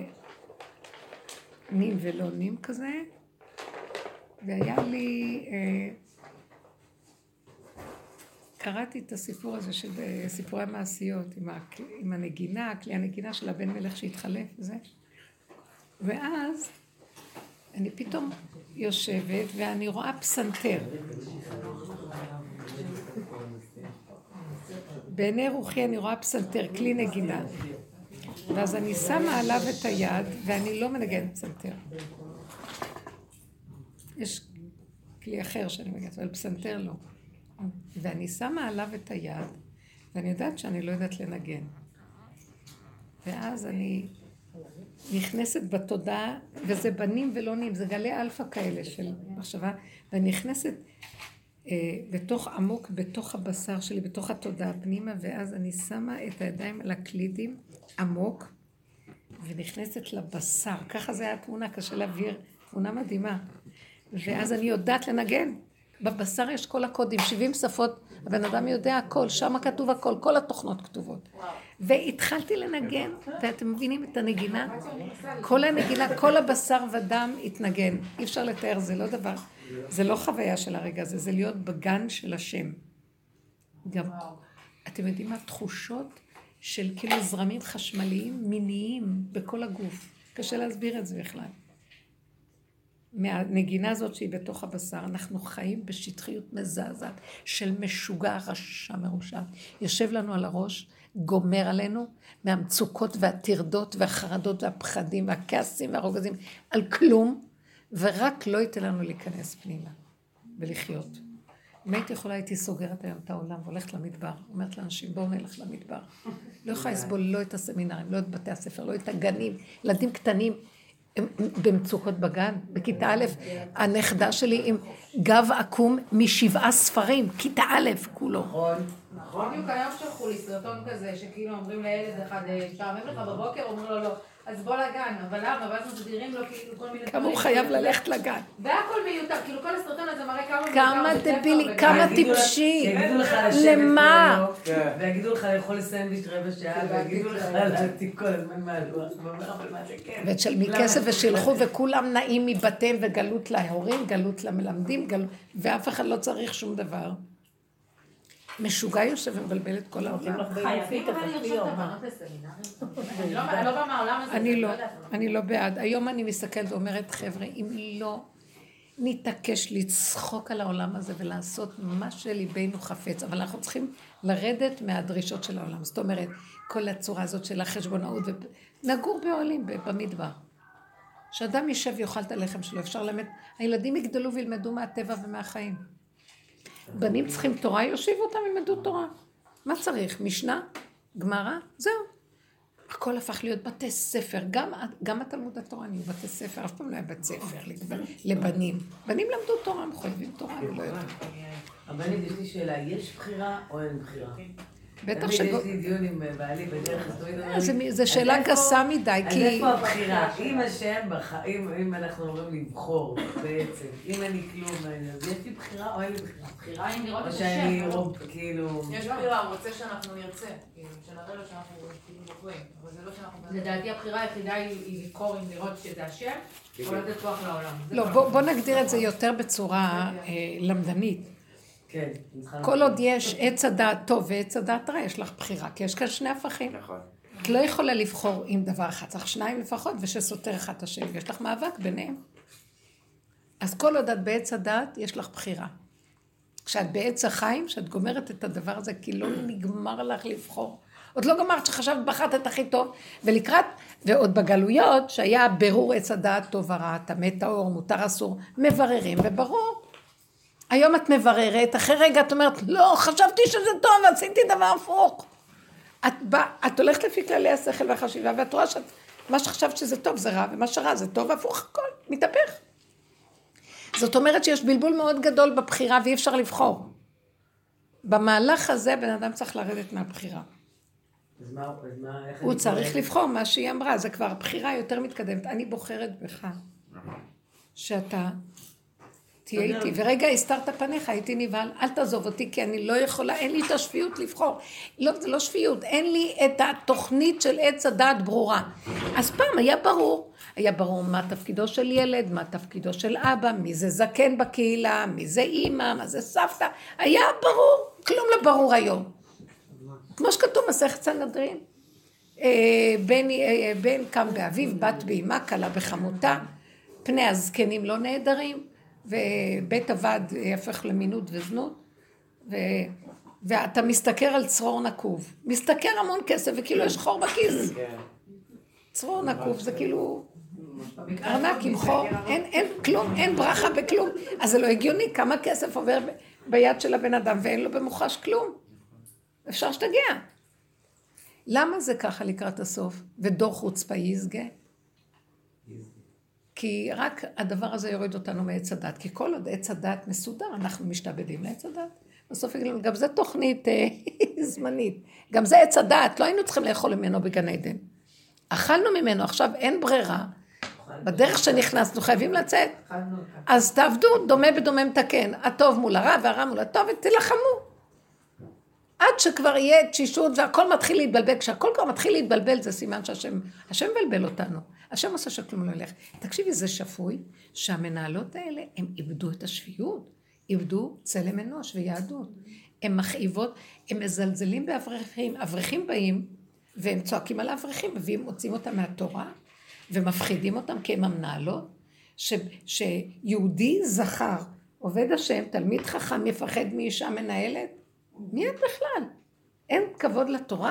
Speaker 2: נים ולא נים כזה, והיה לי... קראתי את הסיפור הזה של סיפורי המעשיות, עם הנגינה, כלי הנגינה של הבן מלך שהתחלף וזה. ואז אני פתאום יושבת ואני רואה פסנתר. בעיני רוחי אני רואה פסנתר, כלי נגינה. ואז אני שמה עליו את היד ואני לא מנגנת פסנתר. יש כלי אחר שאני מנגנת, אבל פסנתר לא. ואני שמה עליו את היד, ואני יודעת שאני לא יודעת לנגן. ואז אני נכנסת בתודעה, וזה בנים ולא נים, זה גלי אלפא כאלה של מחשבה, ואני נכנסת בתוך עמוק, בתוך הבשר שלי, בתוך התודעה פנימה, ואז אני שמה את הידיים על הקלידים עמוק, ונכנסת לבשר. ככה זה היה התמונה, קשה להעביר, תמונה מדהימה. ואז אני יודעת לנגן. בבשר יש כל הקודים, 70 שפות, הבן אדם יודע הכל, שם כתוב הכל, כל התוכנות כתובות. והתחלתי לנגן, ואתם מבינים את הנגינה? כל הנגינה, כל הבשר ודם התנגן. אי אפשר לתאר, זה לא דבר, זה לא חוויה של הרגע הזה, זה להיות בגן של השם. גם, אתם יודעים מה? תחושות של כאילו זרמים חשמליים מיניים בכל הגוף. קשה להסביר את זה בכלל. מהנגינה הזאת שהיא בתוך הבשר, אנחנו חיים בשטחיות מזעזעת של משוגע רשע מרושע. יושב לנו על הראש, גומר עלינו מהמצוקות והטרדות והחרדות והפחדים והכעסים והרוגזים על כלום, ורק לא ייתן לנו להיכנס פנימה ולחיות. אם הייתי יכולה, הייתי סוגרת היום את העולם והולכת למדבר. אומרת לאנשים, בואו נלך למדבר. לא יכולה לסבול לא את הסמינרים, לא את בתי הספר, לא את הגנים, ילדים קטנים. במצוקות בגן, בכיתה א', הנכדה שלי עם גב עקום מ7 ספרים, כיתה א', כולו.
Speaker 4: נכון. בדיוק היום שלחו לי סרטון כזה, שכאילו אומרים לילד אחד, שעמם לך בבוקר, אומרים לו לא, אז בוא לגן, אבל למה? ואז מסבירים לו כאילו כל מיני...
Speaker 2: כמה הוא חייב ללכת לגן.
Speaker 4: והכל מיותר, כאילו כל הסרטון הזה מראה כמה...
Speaker 2: כמה דבילי, כמה טיפשי. למה?
Speaker 1: ויגידו לך לאכול סנדוויץ' רבע שעה, ויגידו לך להעתיק כל הזמן מהלוח. אבל מה זה כן?
Speaker 2: מכסף ושילחו וכולם נעים מבתיהם וגלות להורים, גלות למלמדים, ואף אחד לא צריך שום דבר. משוגע יושב ומבלבל את כל העולם.
Speaker 4: חייבים אבל לרשום את הבנות לסמינרים. לא בא מהעולם הזה.
Speaker 2: אני לא בעד. היום אני מסתכלת ואומרת, חבר'ה, אם לא נתעקש לצחוק על העולם הזה ולעשות מה שליבנו חפץ, אבל אנחנו צריכים לרדת מהדרישות של העולם. זאת אומרת, כל הצורה הזאת של החשבונאות, נגור באוהלים במדבר. שאדם יישב ויאכל את הלחם שלו, אפשר ללמד, הילדים יגדלו וילמדו מהטבע ומהחיים. בנים צריכים תורה, יושיבו אותם, ילמדו תורה. מה צריך? משנה? גמרא? זהו. הכל הפך להיות בתי ספר, גם התלמוד התורה נהיו בתי ספר, אף פעם לא היה בית ספר לבנים. בנים למדו תורה, הם חולבים תורה, אני לא יודעת.
Speaker 1: הבנים, יש לי שאלה, יש בחירה או אין בחירה?
Speaker 2: בטח
Speaker 1: יש לי דיון עם בעלי בדרך הסטורית.
Speaker 2: זו שאלה גסה מדי, כי...
Speaker 1: אז איפה הבחירה? אם השם, אם אנחנו אומרים לבחור בעצם, אם אין לי כלום מהעניין, אז יש לי בחירה או אין לי בחירה?
Speaker 4: בחירה אם לראות את
Speaker 1: או
Speaker 4: השם.
Speaker 1: שאני כאילו...
Speaker 4: יש בחירה, הוא רוצה שאנחנו נרצה, שנראה לו שאנחנו בוחרים, אבל זה לא שאנחנו... לדעתי הבחירה היחידה היא לבחור אם לראות שזה השם, או לתת כוח לעולם.
Speaker 2: לא, בוא נגדיר את זה יותר בצורה למדנית.
Speaker 1: כן.
Speaker 2: כל עוד יש עץ הדעת טוב ועץ הדעת רע, יש לך בחירה, כי יש כאן שני הפכים.
Speaker 3: נכון.
Speaker 2: את לא יכולה לבחור עם דבר אחד, צריך שניים לפחות, ושסותר אחד את השני, ויש לך מאבק ביניהם. אז כל עוד את בעץ הדעת, יש לך בחירה. כשאת בעץ החיים, שאת גומרת את הדבר הזה, כי לא נגמר לך לבחור. עוד לא גמרת שחשבת בחרת את הכי טוב, ולקראת, ועוד בגלויות, שהיה ברור עץ הדעת טוב ורע, טמא טהור, מותר אסור, מבררים וברור. היום את מבררת, אחרי רגע את אומרת, לא, חשבתי שזה טוב, עשיתי דבר הפוך. את הולכת לפי כללי השכל והחשיבה, ואת רואה שמה שחשבת שזה טוב זה רע, ומה שרע זה טוב, הפוך הכל, מתהפך. זאת אומרת שיש בלבול מאוד גדול בבחירה, ואי אפשר לבחור. במהלך הזה, בן אדם צריך לרדת מהבחירה.
Speaker 1: אז מה,
Speaker 2: הוא צריך לבחור מה שהיא אמרה, זה כבר בחירה יותר מתקדמת. אני בוחרת בך, שאתה תהיה איתי, ורגע הסתרת פניך, הייתי נבהל, אל תעזוב אותי, כי אני לא יכולה, אין לי את השפיות לבחור. לא, זה לא שפיות, אין לי את התוכנית של עץ הדעת ברורה. אז פעם היה ברור מה תפקידו של ילד, מה תפקידו של אבא, מי זה זקן בקהילה, מי זה אימא, מה זה סבתא, היה ברור, כלום לא ברור היום. כמו שכתוב מסכת סנהדרין, בן קם באביו, בת באימה, כלה בחמותה, פני הזקנים לא נהדרים, ובית עבד יהפך למינות וזנות, ואתה מסתכל על צרור נקוב, מסתכל המון כסף וכאילו יש חור בכיס. צרור נקוב זה כאילו ארנק עם חור, אין כלום, אין ברכה בכלום, אז זה לא הגיוני כמה כסף עובר ביד של הבן אדם ואין לו במוחש כלום. אפשר שתגיע. למה זה ככה לקראת הסוף? ודור חוצפה יזגה? כי רק הדבר הזה יוריד אותנו מעץ הדת, כי כל עוד עץ הדת מסודר, אנחנו משתעבדים לעץ הדת. בסוף יגידו, גם זה תוכנית זמנית, גם זה עץ הדת, לא היינו צריכים לאכול ממנו בגן עדן. אכלנו ממנו, עכשיו אין ברירה, בדרך שנכנסנו חייבים לצאת, אז תעבדו, דומה בדומה מתקן, הטוב מול הרע והרע מול הטוב, ותלחמו. עד שכבר יהיה תשישות והכל מתחיל להתבלבל, כשהכל כבר מתחיל להתבלבל, זה סימן שהשם מבלבל אותנו. השם עושה שכלום לא ילך. תקשיבי, זה שפוי שהמנהלות האלה, הם איבדו את השפיות, איבדו צלם אנוש ויהדות. הן מכאיבות, הם מזלזלים באברכים, אברכים באים, והם צועקים על האברכים, מוצאים אותם מהתורה, ומפחידים אותם כי הם המנהלות, שיהודי זכר, עובד השם, תלמיד חכם, יפחד מאישה מנהלת, מי את בכלל? אין כבוד לתורה.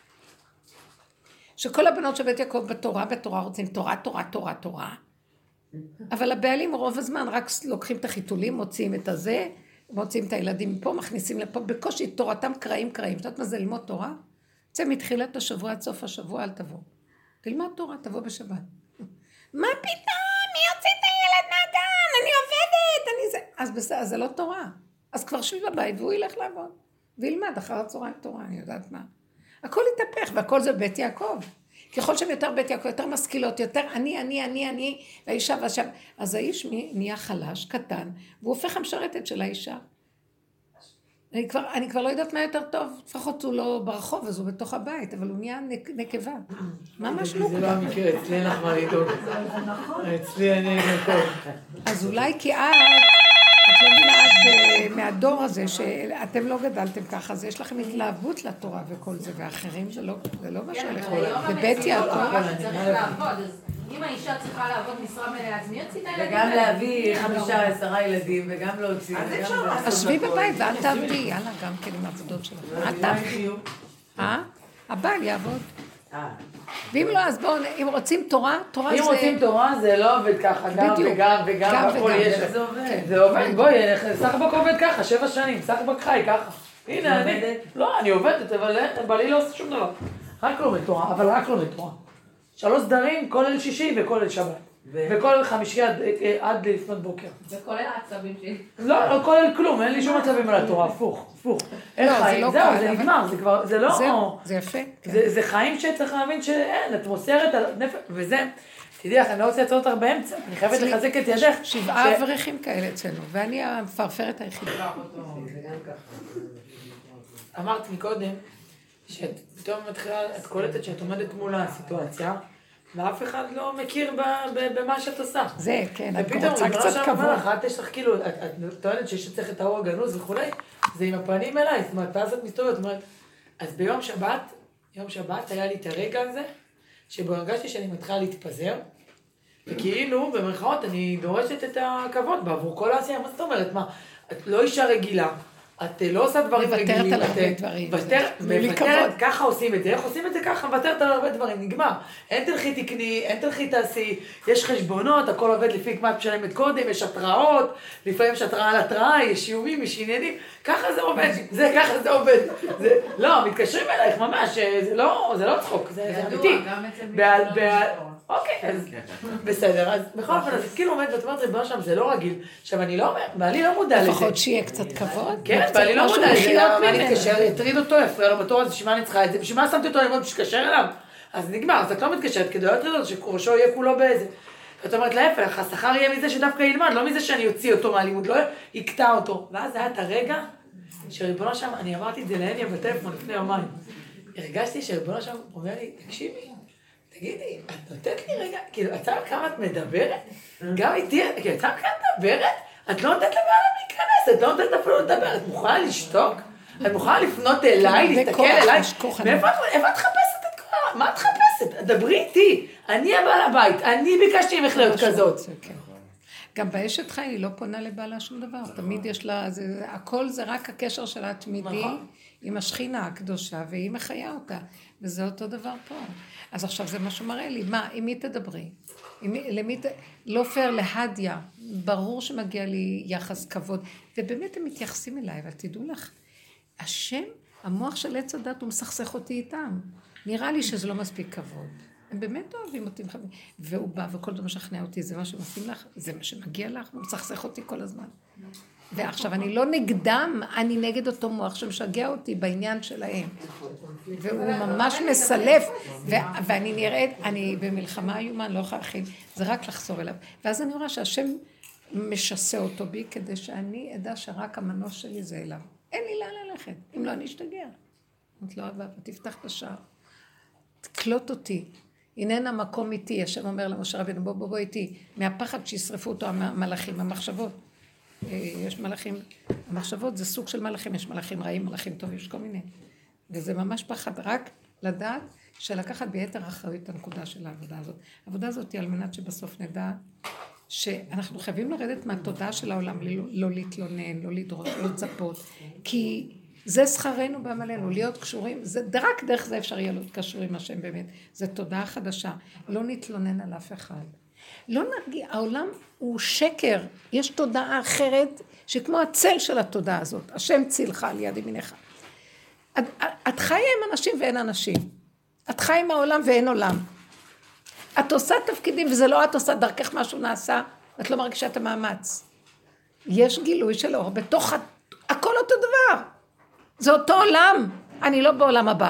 Speaker 2: שכל הבנות של בית יעקב בתורה רוצים תורה, תורה, תורה, תורה. אבל הבעלים רוב הזמן רק לוקחים את החיתולים, מוציאים את הזה, מוציאים את הילדים פה, מכניסים לפה, בקושי תורתם קראים. שאת מה זה ללמוד תורה? זה מתחילת השבוע עד סוף השבוע, אל תבוא. תלמד תורה, תבוא בשבת. מה פתאום? מי יוצא את הילד מהגן? אני עובדת, אני זה. אז בסדר, זה לא תורה. אז כבר שבי בבית והוא ילך לעבוד. וילמד אחר הצהריים תורה, אני יודעת מה. הכל יתהפך, והכל זה בית יעקב. ככל שהם יותר בית יעקב, יותר משכילות, יותר אני, והאישה והשם. אז האיש נהיה חלש, קטן, והוא הופך המשרתת של האישה. אני כבר לא יודעת מה יותר טוב, לפחות הוא לא ברחוב, אז הוא בתוך הבית, אבל הוא נהיה נקבה. ממש לא.
Speaker 1: זה לא המקרה, אצלי אין לך מה לדאוג. אצלי אני נקוב.
Speaker 2: אז אולי כי את לא מבינה, את מהדור הזה, שאתם לא גדלתם ככה, אז יש לכם התלהבות לתורה וכל זה, ואחרים זה לא מה שהולך. בבית יעקב.
Speaker 4: צריך לעבוד, אז אם האישה צריכה לעבוד משרה מלאה, אז מי יוציא את הילדים?
Speaker 1: וגם להביא 5-10 ילדים, וגם להוציא.
Speaker 2: אז שבי בבית ואל תעבדי, יאללה, גם כן עם העבודות שלך. אל תעבדי. הבעל יעבוד. ואם לא, אז בואו, אם רוצים תורה זה...
Speaker 1: אם רוצים תורה, זה לא עובד ככה, גם וגם, והכל יש. זה עובד, בואי, סחבק עובד ככה, 7 שנים, סחבק חי ככה. הנה, אני עובדת, אבל בעלי לא עושה שום דבר. רק לומד תורה, אבל רק לומד תורה. 3 סדרים, כולל שישי וכולל שבת. וכולל חמישי עד לפנות בוקר.
Speaker 4: וכולל העצבים שלי.
Speaker 1: לא כולל כלום, אין לי שום עצבים על התורה, הפוך. אין חיים, זהו, זה נגמר, זה כבר, זה לא...
Speaker 2: זה יפה.
Speaker 1: זה חיים שצריך להבין שאין, את מוסרת על נפש, וזה, תדעי לך, אני לא רוצה לעצור אותך באמצע, אני חייבת לחזק את ידך.
Speaker 2: 7 אברכים כאלה אצלנו, ואני המפרפרת היחידה.
Speaker 1: אמרת מקודם, שאת פתאום מתחילה, את קולטת שאת עומדת מול הסיטואציה, ואף אחד לא מכיר במה שאת עושה.
Speaker 2: זה, כן, את רוצה קצת כבוד.
Speaker 1: את יש לך כאילו, את טוענת שיש צריך את האור הגנוז וכולי, זה עם הפנים אליי, זאת אומרת, ואז את מסתובבת, זאת אומרת, אז ביום שבת היה לי את הרגע הזה, שבו הרגשתי שאני מתחילה להתפזר, וכאילו, במרכאות, אני דורשת את הכבוד בעבור כל העשייה, מה זאת אומרת? מה, את לא אישה רגילה, את לא עושה דברים רגילים.
Speaker 2: מוותרת על הרבה דברים.
Speaker 1: מוותרת, ככה עושים את זה. איך עושים את זה ככה? מוותרת על הרבה דברים, נגמר. אין תלכי תקני, אין תלכי תעשי, יש חשבונות, הכל עובד לפי מה את משלמת קודם, יש התראות, לפעמים יש התראה על התראה, יש איומים, יש עניינים, ככה זה עובד, ככה זה עובד. לא, מתקשרים אלייך ממש, זה לא צחוק, זה אמיתי. אוקיי, אז בסדר, אז בכל אופן, אז כאילו עומד ואת אומרת, ריבונו שם, זה לא רגיל. עכשיו, אני לא אומר, בעלי לא מודע לזה.
Speaker 2: לפחות שיהיה קצת כבוד.
Speaker 1: כן, בעלי לא מודע לזה, מה אני אתקשר, יטריד אותו, יפריע לו בתור הזה, בשביל מה אני צריכה את זה, בשביל מה שמתי אותו, אני אומרת, שתקשר אליו. אז נגמר, אז את לא מתקשרת, כדי לא יטריד אותו, שראשו יהיה כולו באיזה. ואת אומרת, להפך, השכר יהיה מזה שדווקא ילמד, לא מזה שאני אוציא אותו מהלימוד, לא יקטע אותו. ואז היה את הרגע שריבונו שם, אני אמרתי את זה להניה בטלפון לפני יומיים. הרגשתי שריבונו שם אומר לי, תקשיבי, תגידי, את נותנת לי רגע, כאילו, את שמה כמה את מדברת? גם איתי, כאילו, את שמה כמה את מדברת? את לא נותנת לבעלה להיכנס, את לא נותנת אפילו לדבר, את מוכנה לשתוק? את מוכנה לפנות אליי, להסתכל אליי? מאיפה את חפשת את כל... מה את חפשת? דברי איתי, אני הבעל הבית, אני ביקשתי ממך להיות כזאת.
Speaker 2: גם באשת חי היא לא פונה לבעלה שום דבר, תמיד יש לה, הכל זה רק הקשר שלה התמידי עם השכינה הקדושה, והיא מחיה אותה, וזה אותו דבר פה. אז עכשיו זה מה שמראה לי, מה, עם מי תדברי? לא פייר להדיה, ברור שמגיע לי יחס כבוד, ובאמת הם מתייחסים אליי, אבל תדעו לך, השם, המוח של עץ הדת, הוא מסכסך אותי איתם. נראה לי שזה לא מספיק כבוד. הם באמת אוהבים אותי, והוא בא וכל דבר משכנע אותי, זה מה שמשים לך, זה מה שמגיע לך, הוא מסכסך אותי כל הזמן. ועכשיו אני לא נגדם, אני נגד אותו מוח שמשגע אותי בעניין שלהם. והוא ממש מסלף, ואני נראית, אני במלחמה איומה, אני לא יכולה להכין, זה רק לחזור אליו. ואז אני רואה שהשם משסה אותו בי, כדי שאני אדע שרק המנוס שלי זה אליו. אין לי לאן ללכת, אם לא אני אשתגע. את לא אהבה, תפתח את השער. תקלוט אותי. הננה מקום איתי, השם אומר למשה רבינו, בוא איתי, מהפחד שישרפו אותו המלאכים, המחשבות. יש מלאכים, המחשבות זה סוג של מלאכים, יש מלאכים רעים, מלאכים טובים, יש כל מיני. וזה ממש פחד, רק לדעת שלקחת ביתר אחריות את הנקודה של העבודה הזאת. העבודה הזאת היא על מנת שבסוף נדע שאנחנו חייבים לרדת מהתודעה של העולם, לא להתלונן, לא לדרוש, לא לצפות, כי זה שכרנו בעמלנו, להיות קשורים, רק דרך זה אפשר יהיה להיות קשורים עם השם באמת, זה תודעה חדשה, לא נתלונן על אף אחד. לא נרגיע, העולם הוא שקר, יש תודעה אחרת שכמו הצל של התודעה הזאת, השם צילך על יד ימינך. את חיה עם אנשים ואין אנשים, את חיה עם העולם ואין עולם. את עושה תפקידים וזה לא את עושה דרכך משהו נעשה, את לא מרגישה את המאמץ. יש גילוי של אור בתוך הכל אותו דבר. זה אותו עולם, אני לא בעולם הבא.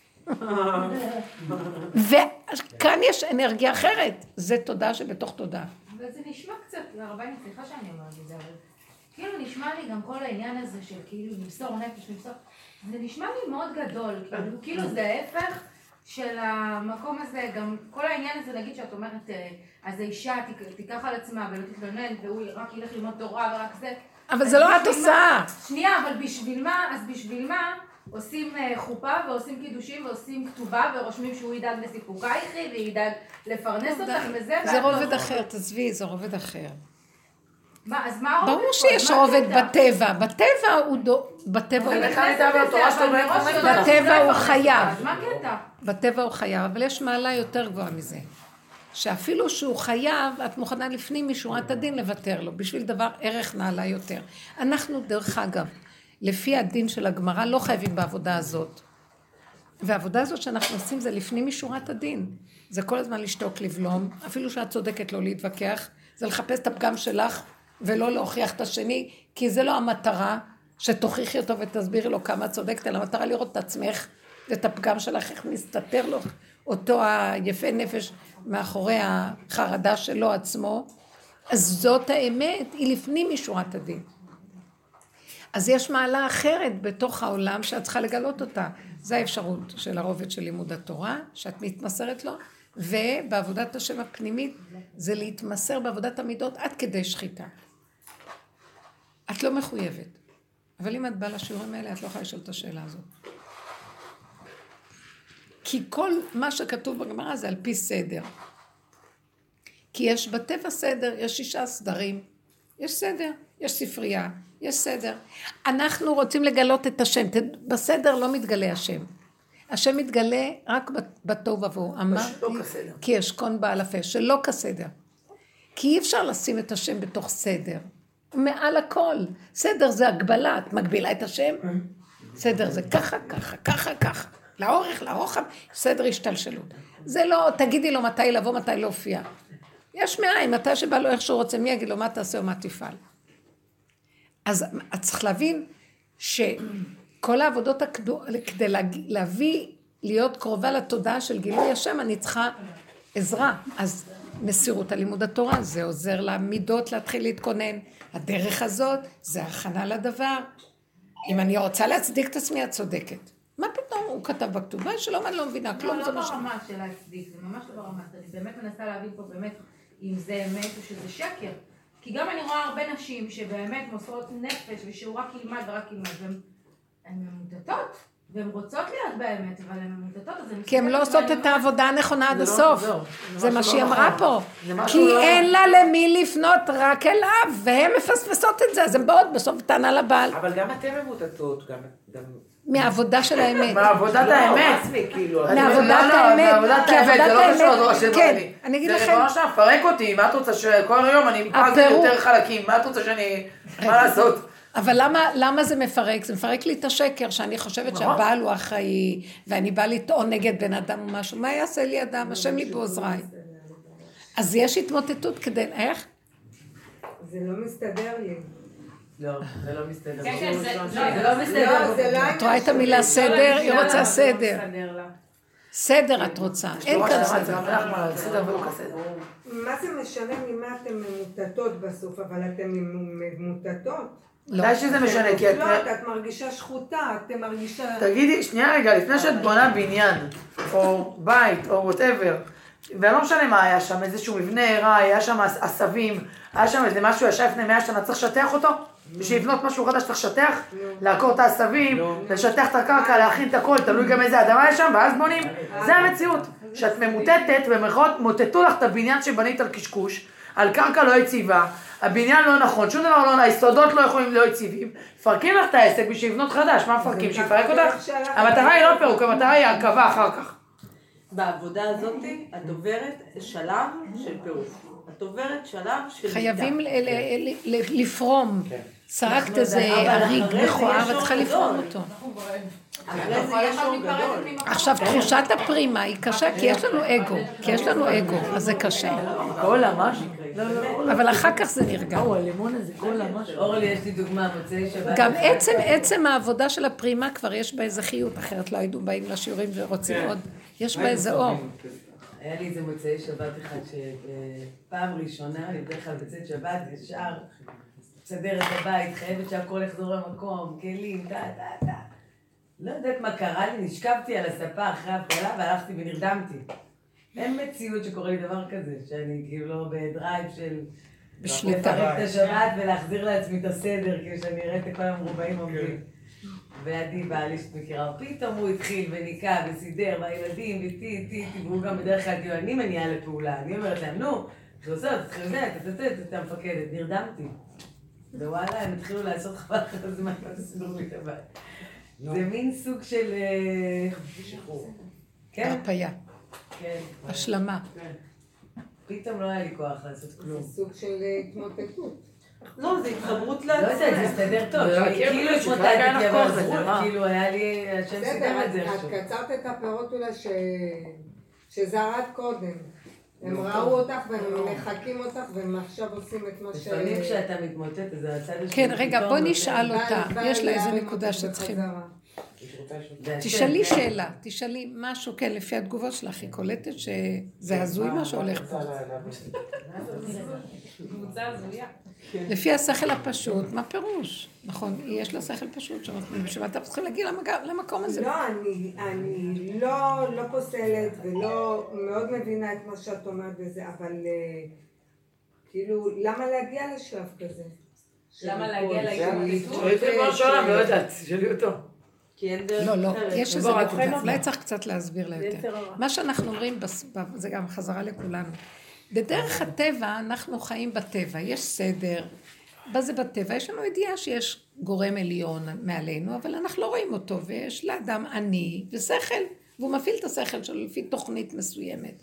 Speaker 2: וכאן יש אנרגיה אחרת, זה תודה שבתוך תודה.
Speaker 4: אבל זה נשמע קצת, הרבנית, סליחה שאני אומרת את זה, אבל כאילו נשמע לי גם כל העניין הזה של כאילו למסור נפש, זה נשמע לי מאוד גדול, כאילו זה ההפך של המקום הזה, גם כל העניין הזה להגיד שאת אומרת, אז האישה תיקח על עצמה ולא תתלונן, והוא רק ילך ללמוד תורה ורק זה.
Speaker 2: אבל זה לא את עושה.
Speaker 4: שנייה, אבל בשביל מה, אז בשביל מה עושים חופה ועושים קידושים ועושים כתובה ורושמים שהוא ידאג לסיפוקייך וידאג לפרנס אותך וזה.
Speaker 2: זה רובד אחר, תעזבי, זה רובד אחר.
Speaker 4: מה, אז מה הרובד?
Speaker 2: ברור שיש רובד בטבע, בטבע הוא חייב.
Speaker 4: מה קטע?
Speaker 2: בטבע הוא חייב, אבל יש מעלה יותר גבוהה מזה. שאפילו שהוא חייב, את מוכנה לפנים משורת הדין לוותר לו, בשביל דבר ערך נעלה יותר. אנחנו דרך אגב, לפי הדין של הגמרא, לא חייבים בעבודה הזאת. והעבודה הזאת שאנחנו עושים זה לפנים משורת הדין. זה כל הזמן לשתוק, לבלום, אפילו שאת צודקת לא להתווכח, זה לחפש את הפגם שלך ולא להוכיח את השני, כי זה לא המטרה שתוכיחי אותו ותסבירי לו כמה צודקת, אלא המטרה לראות את עצמך ואת הפגם שלך, איך מסתתר לו אותו היפה נפש מאחורי החרדה שלו עצמו. אז זאת האמת, היא לפנים משורת הדין. אז יש מעלה אחרת בתוך העולם שאת צריכה לגלות אותה. זו האפשרות של הרובד של לימוד התורה, שאת מתמסרת לו, ובעבודת השם הפנימית זה להתמסר בעבודת המידות עד כדי שחיטה. את לא מחויבת, אבל אם את באה לשיעורים האלה, את לא יכולה לשאול את השאלה הזאת. כי כל מה שכתוב בגמרא זה על פי סדר. כי יש בטבע סדר, יש 6 סדרים, יש סדר, יש ספרייה, יש סדר. אנחנו רוצים לגלות את השם, בסדר לא מתגלה השם. השם מתגלה רק בתוהו ובוהו. אמרתי, כי ישכון בעל הפה, שלא כסדר. כי אי אפשר לשים את השם בתוך סדר. מעל הכל. סדר זה הגבלה, את מגבילה את השם. סדר זה ככה, ככה, ככה, ככה. לאורך, לרוחב, סדר השתלשלות. זה לא, תגידי לו מתי לבוא, מתי להופיע. יש מאין, מתי שבא לו איך שהוא רוצה, מי יגיד לו מה תעשה או מה תפעל. אז את צריך להבין שכל העבודות כדי להביא, להיות קרובה לתודעה של גילוי השם, אני צריכה עזרה. אז מסירות הלימוד התורה, זה עוזר למידות להתחיל להתכונן. הדרך הזאת, זה הכנה לדבר. אם אני רוצה להצדיק את עצמי, את צודקת. מה פתאום הוא כתב בכתובה שלא, אני לא מבינה, כלום זה משהו.
Speaker 4: לא ברמה של להצדיק, זה ממש לא ברמה. אני באמת מנסה להבין פה באמת אם זה אמת או שזה שקר. כי גם אני רואה הרבה נשים שבאמת מוסרות נפש ושהוא רק ילמד ורק ילמד, והן ממוטטות, והן רוצות להיות באמת, אבל הן ממוטטות, אז הן...
Speaker 2: כי הן לא עושות את העבודה הנכונה עד הסוף. זה מה שהיא אמרה פה. כי אין לה למי לפנות רק אליו, והן מפספסות את זה, אז הן באות בסוף טענה לבעל.
Speaker 3: אבל גם אתן ממוטטות, גם...
Speaker 2: מהעבודה של האמת.
Speaker 1: מהעבודת האמת.
Speaker 2: מעבודת האמת.
Speaker 1: מעבודת האמת, זה לא קשור.
Speaker 2: כן, אני אגיד לכם.
Speaker 1: זה כבר עכשיו, פרק אותי, מה את רוצה שכל היום אני מפרק יותר חלקים, מה את רוצה שאני... מה לעשות?
Speaker 2: אבל למה זה מפרק? זה מפרק לי את השקר, שאני חושבת שהבעל הוא אחראי, ואני באה לטעון נגד בן אדם או משהו. מה יעשה לי אדם? השם לי בעוזריי. אז יש התמוטטות כדי... איך?
Speaker 5: זה לא מסתדר לי.
Speaker 1: לא, זה לא מסתדר.
Speaker 4: כן, זה לא מסתדר.
Speaker 2: את רואה את המילה סדר? היא רוצה סדר. סדר את רוצה. אין כאן סדר.
Speaker 5: מה זה משנה ממה אתן ממוטטות בסוף, אבל אתן ממוטטות?
Speaker 1: לא שזה משנה, כי
Speaker 5: את מרגישה שחוטה, את מרגישה...
Speaker 1: תגידי, שנייה רגע, לפני שאת בונה בניין, או בית, או whatever, ולא משנה מה היה שם, איזשהו מבנה רע, היה שם עשבים, היה שם איזה משהו ישב לפני 100 שנה, צריך לשטח אותו? בשביל לבנות משהו חדש צריך לשטח, לעקור את העשבים, לשטח את הקרקע, להכין את הכל, תלוי גם איזה אדמה יש שם, ואז בונים. זה המציאות. שאת ממוטטת, במרכאות, מוטטו לך את הבניין שבנית על קשקוש, על קרקע לא יציבה, הבניין לא נכון, שום דבר לא, היסודות לא יכולים להיות יציבים, מפרקים לך את העסק בשביל לבנות חדש, מה מפרקים? שיפרק אותך? המטרה היא לא פירוק, המטרה היא הרכבה אחר כך.
Speaker 6: בעבודה הזאת את עוברת שלב של פירוק. את עוברת שלב של...
Speaker 2: חייבים לפרום. שרקת איזה הריג מכוער, את צריכה לפרום אותו.
Speaker 6: אחרי זה יש אור גדול.
Speaker 2: עכשיו, תחושת הפרימה היא קשה, כי יש לנו אגו, אז זה קשה.
Speaker 1: קולה, משהו.
Speaker 2: אבל אחר כך זה נרגע.
Speaker 1: הלימון הזה, קולה, משהו.
Speaker 3: אורלי, יש לי דוגמה, מוצאי שבת.
Speaker 2: גם עצם העבודה של הפרימה כבר יש בה איזה חיות, אחרת לא היינו באים לשיעורים ורוצים עוד. יש בה איזה אור.
Speaker 3: היה לי איזה מוצאי שבת אחד שפעם ראשונה, אני בדרך כלל בצאת שבת, ישר, מסדר את הבית, חייבת שהכל יחזור למקום, כלים, טה. לא יודעת מה קרה לי, נשכבתי על הספה אחרי הפעלה והלכתי ונרדמתי. אין מציאות שקורה לי דבר כזה, שאני כאילו לא בדרייב של...
Speaker 2: בשליטה.
Speaker 3: לפרק את השבת ולהחזיר לעצמי את הסדר, כאילו שאני אראה את כל המרובעים עומדים. ועדי בעלי שאת מכירה, פתאום הוא התחיל וניקה וסידר, והילדים וטי, והוא גם בדרך כלל, כאילו, אני מניעה לפעולה, אני אומרת להם, נו, זה עושה, תתחיל לזה, את המפקדת, נרדמתי. ווואלה, הם התחילו לעשות חבל אחת הזמן, וסידרו לי את הבית. זה מין סוג של... שחרור. כן?
Speaker 2: הרפיה.
Speaker 3: כן.
Speaker 2: השלמה.
Speaker 3: פתאום לא היה לי כוח לעשות כלום.
Speaker 5: זה סוג של התמוטטות.
Speaker 6: לא, זה התחברות
Speaker 3: לא יודעת, זה הסתדר טוב. כאילו התמוטטתי, אבל זכות, כאילו היה לי... השם סידר את זה עכשיו.
Speaker 5: את קצרת את הפירות אולי שזרעת קודם. הם ראו אותך והם מחקים אותך והם עכשיו עושים את מה ש...
Speaker 3: לפעמים כשאתה מתמוטט, זה הצד השני.
Speaker 2: כן, רגע, בוא נשאל אותה. יש לה איזה נקודה שצריכים... תשאלי משהו, כן, לפי התגובות שלך, היא קולטת שזה הזוי מה שהולך פה. לפי השכל הפשוט, מה פירוש? נכון, יש לה שכל פשוט, שאתם צריכים להגיע למקום הזה.
Speaker 5: לא, אני לא פוסלת ולא מאוד מבינה את מה שאת אומרת בזה, אבל כאילו, למה להגיע לשלב כזה?
Speaker 4: למה להגיע להתמוטטות?
Speaker 1: לא יודעת, תשאלי אותו.
Speaker 2: לא, יש איזה נקודה, אולי צריך קצת להסביר לה יותר. מה שאנחנו אומרים, זה גם חזרה לכולנו. בדרך הטבע, אנחנו חיים בטבע, יש סדר, בזה בטבע, יש לנו ידיעה שיש גורם עליון מעלינו, אבל אנחנו לא רואים אותו, ויש לאדם עני ושכל, והוא מפעיל את השכל שלו לפי תוכנית מסוימת.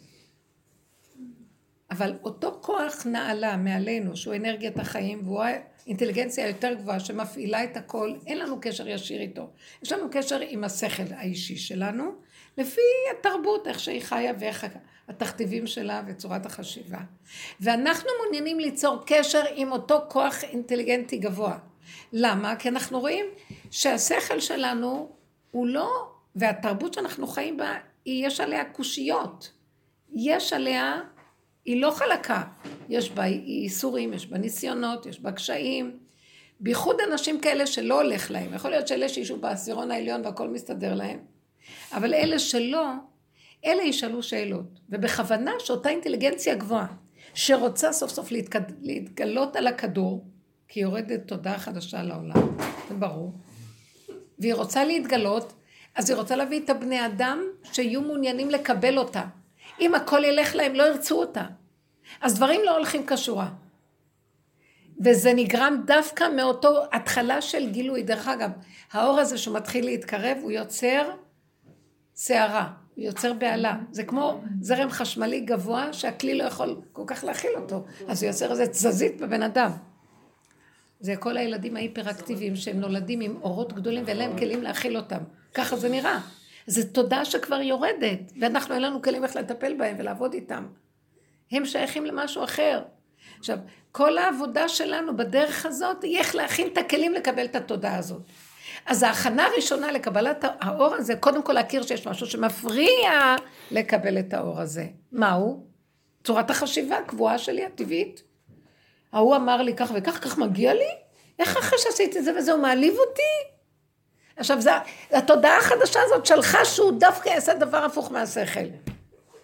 Speaker 2: אבל אותו כוח נעלה מעלינו, שהוא אנרגיית החיים, והוא האינטליגנציה היותר גבוהה שמפעילה את הכל, אין לנו קשר ישיר איתו. יש לנו קשר עם השכל האישי שלנו, לפי התרבות, איך שהיא חיה ואיך התכתיבים שלה וצורת החשיבה. ואנחנו מעוניינים ליצור קשר עם אותו כוח אינטליגנטי גבוה. למה? כי אנחנו רואים שהשכל שלנו הוא לא, והתרבות שאנחנו חיים בה, יש עליה קושיות. יש עליה, היא לא חלקה. יש בה איסורים, יש בה ניסיונות, יש בה קשיים. בייחוד אנשים כאלה שלא הולך להם. יכול להיות שאלה שישו בעשירון העליון והכל מסתדר להם. אבל אלה שלא, אלה ישאלו שאלות. ובכוונה שאותה אינטליגנציה גבוהה, שרוצה סוף סוף להתגלות על הכדור, כי יורדת תודעה חדשה לעולם, זה ברור. והיא רוצה להתגלות, אז היא רוצה להביא את הבני אדם שיהיו מעוניינים לקבל אותה. אם הכל ילך להם, לא ירצו אותה. אז דברים לא הולכים כשורה. וזה נגרם דווקא מאותו התחלה של גילוי. דרך אגב, האור הזה שמתחיל להתקרב, הוא יוצר שערה, הוא יוצר בעלה. זה כמו זרם חשמלי גבוה שהכלי לא יכול כל כך להכיל אותו. אז הוא יוצר איזה תזזית בבן אדם. זה כל הילדים ההיפראקטיביים שהם נולדים עם אורות גדולים ואין להם כלים להכיל אותם. ככה זה נראה. זה תודעה שכבר יורדת, ואנחנו אין לנו כלים איך לטפל בהם ולעבוד איתם. הם שייכים למשהו אחר. עכשיו, כל העבודה שלנו בדרך הזאת היא איך להכין את הכלים לקבל את התודעה הזאת. אז ההכנה הראשונה לקבלת האור הזה, קודם כל להכיר שיש משהו שמפריע לקבל את האור הזה. מהו? צורת החשיבה הקבועה שלי, הטבעית. ההוא אמר לי כך וכך, כך מגיע לי? איך אחרי שעשיתי את זה וזה, הוא מעליב אותי? עכשיו, התודעה החדשה הזאת שלך שהוא דווקא יעשה דבר הפוך מהשכל.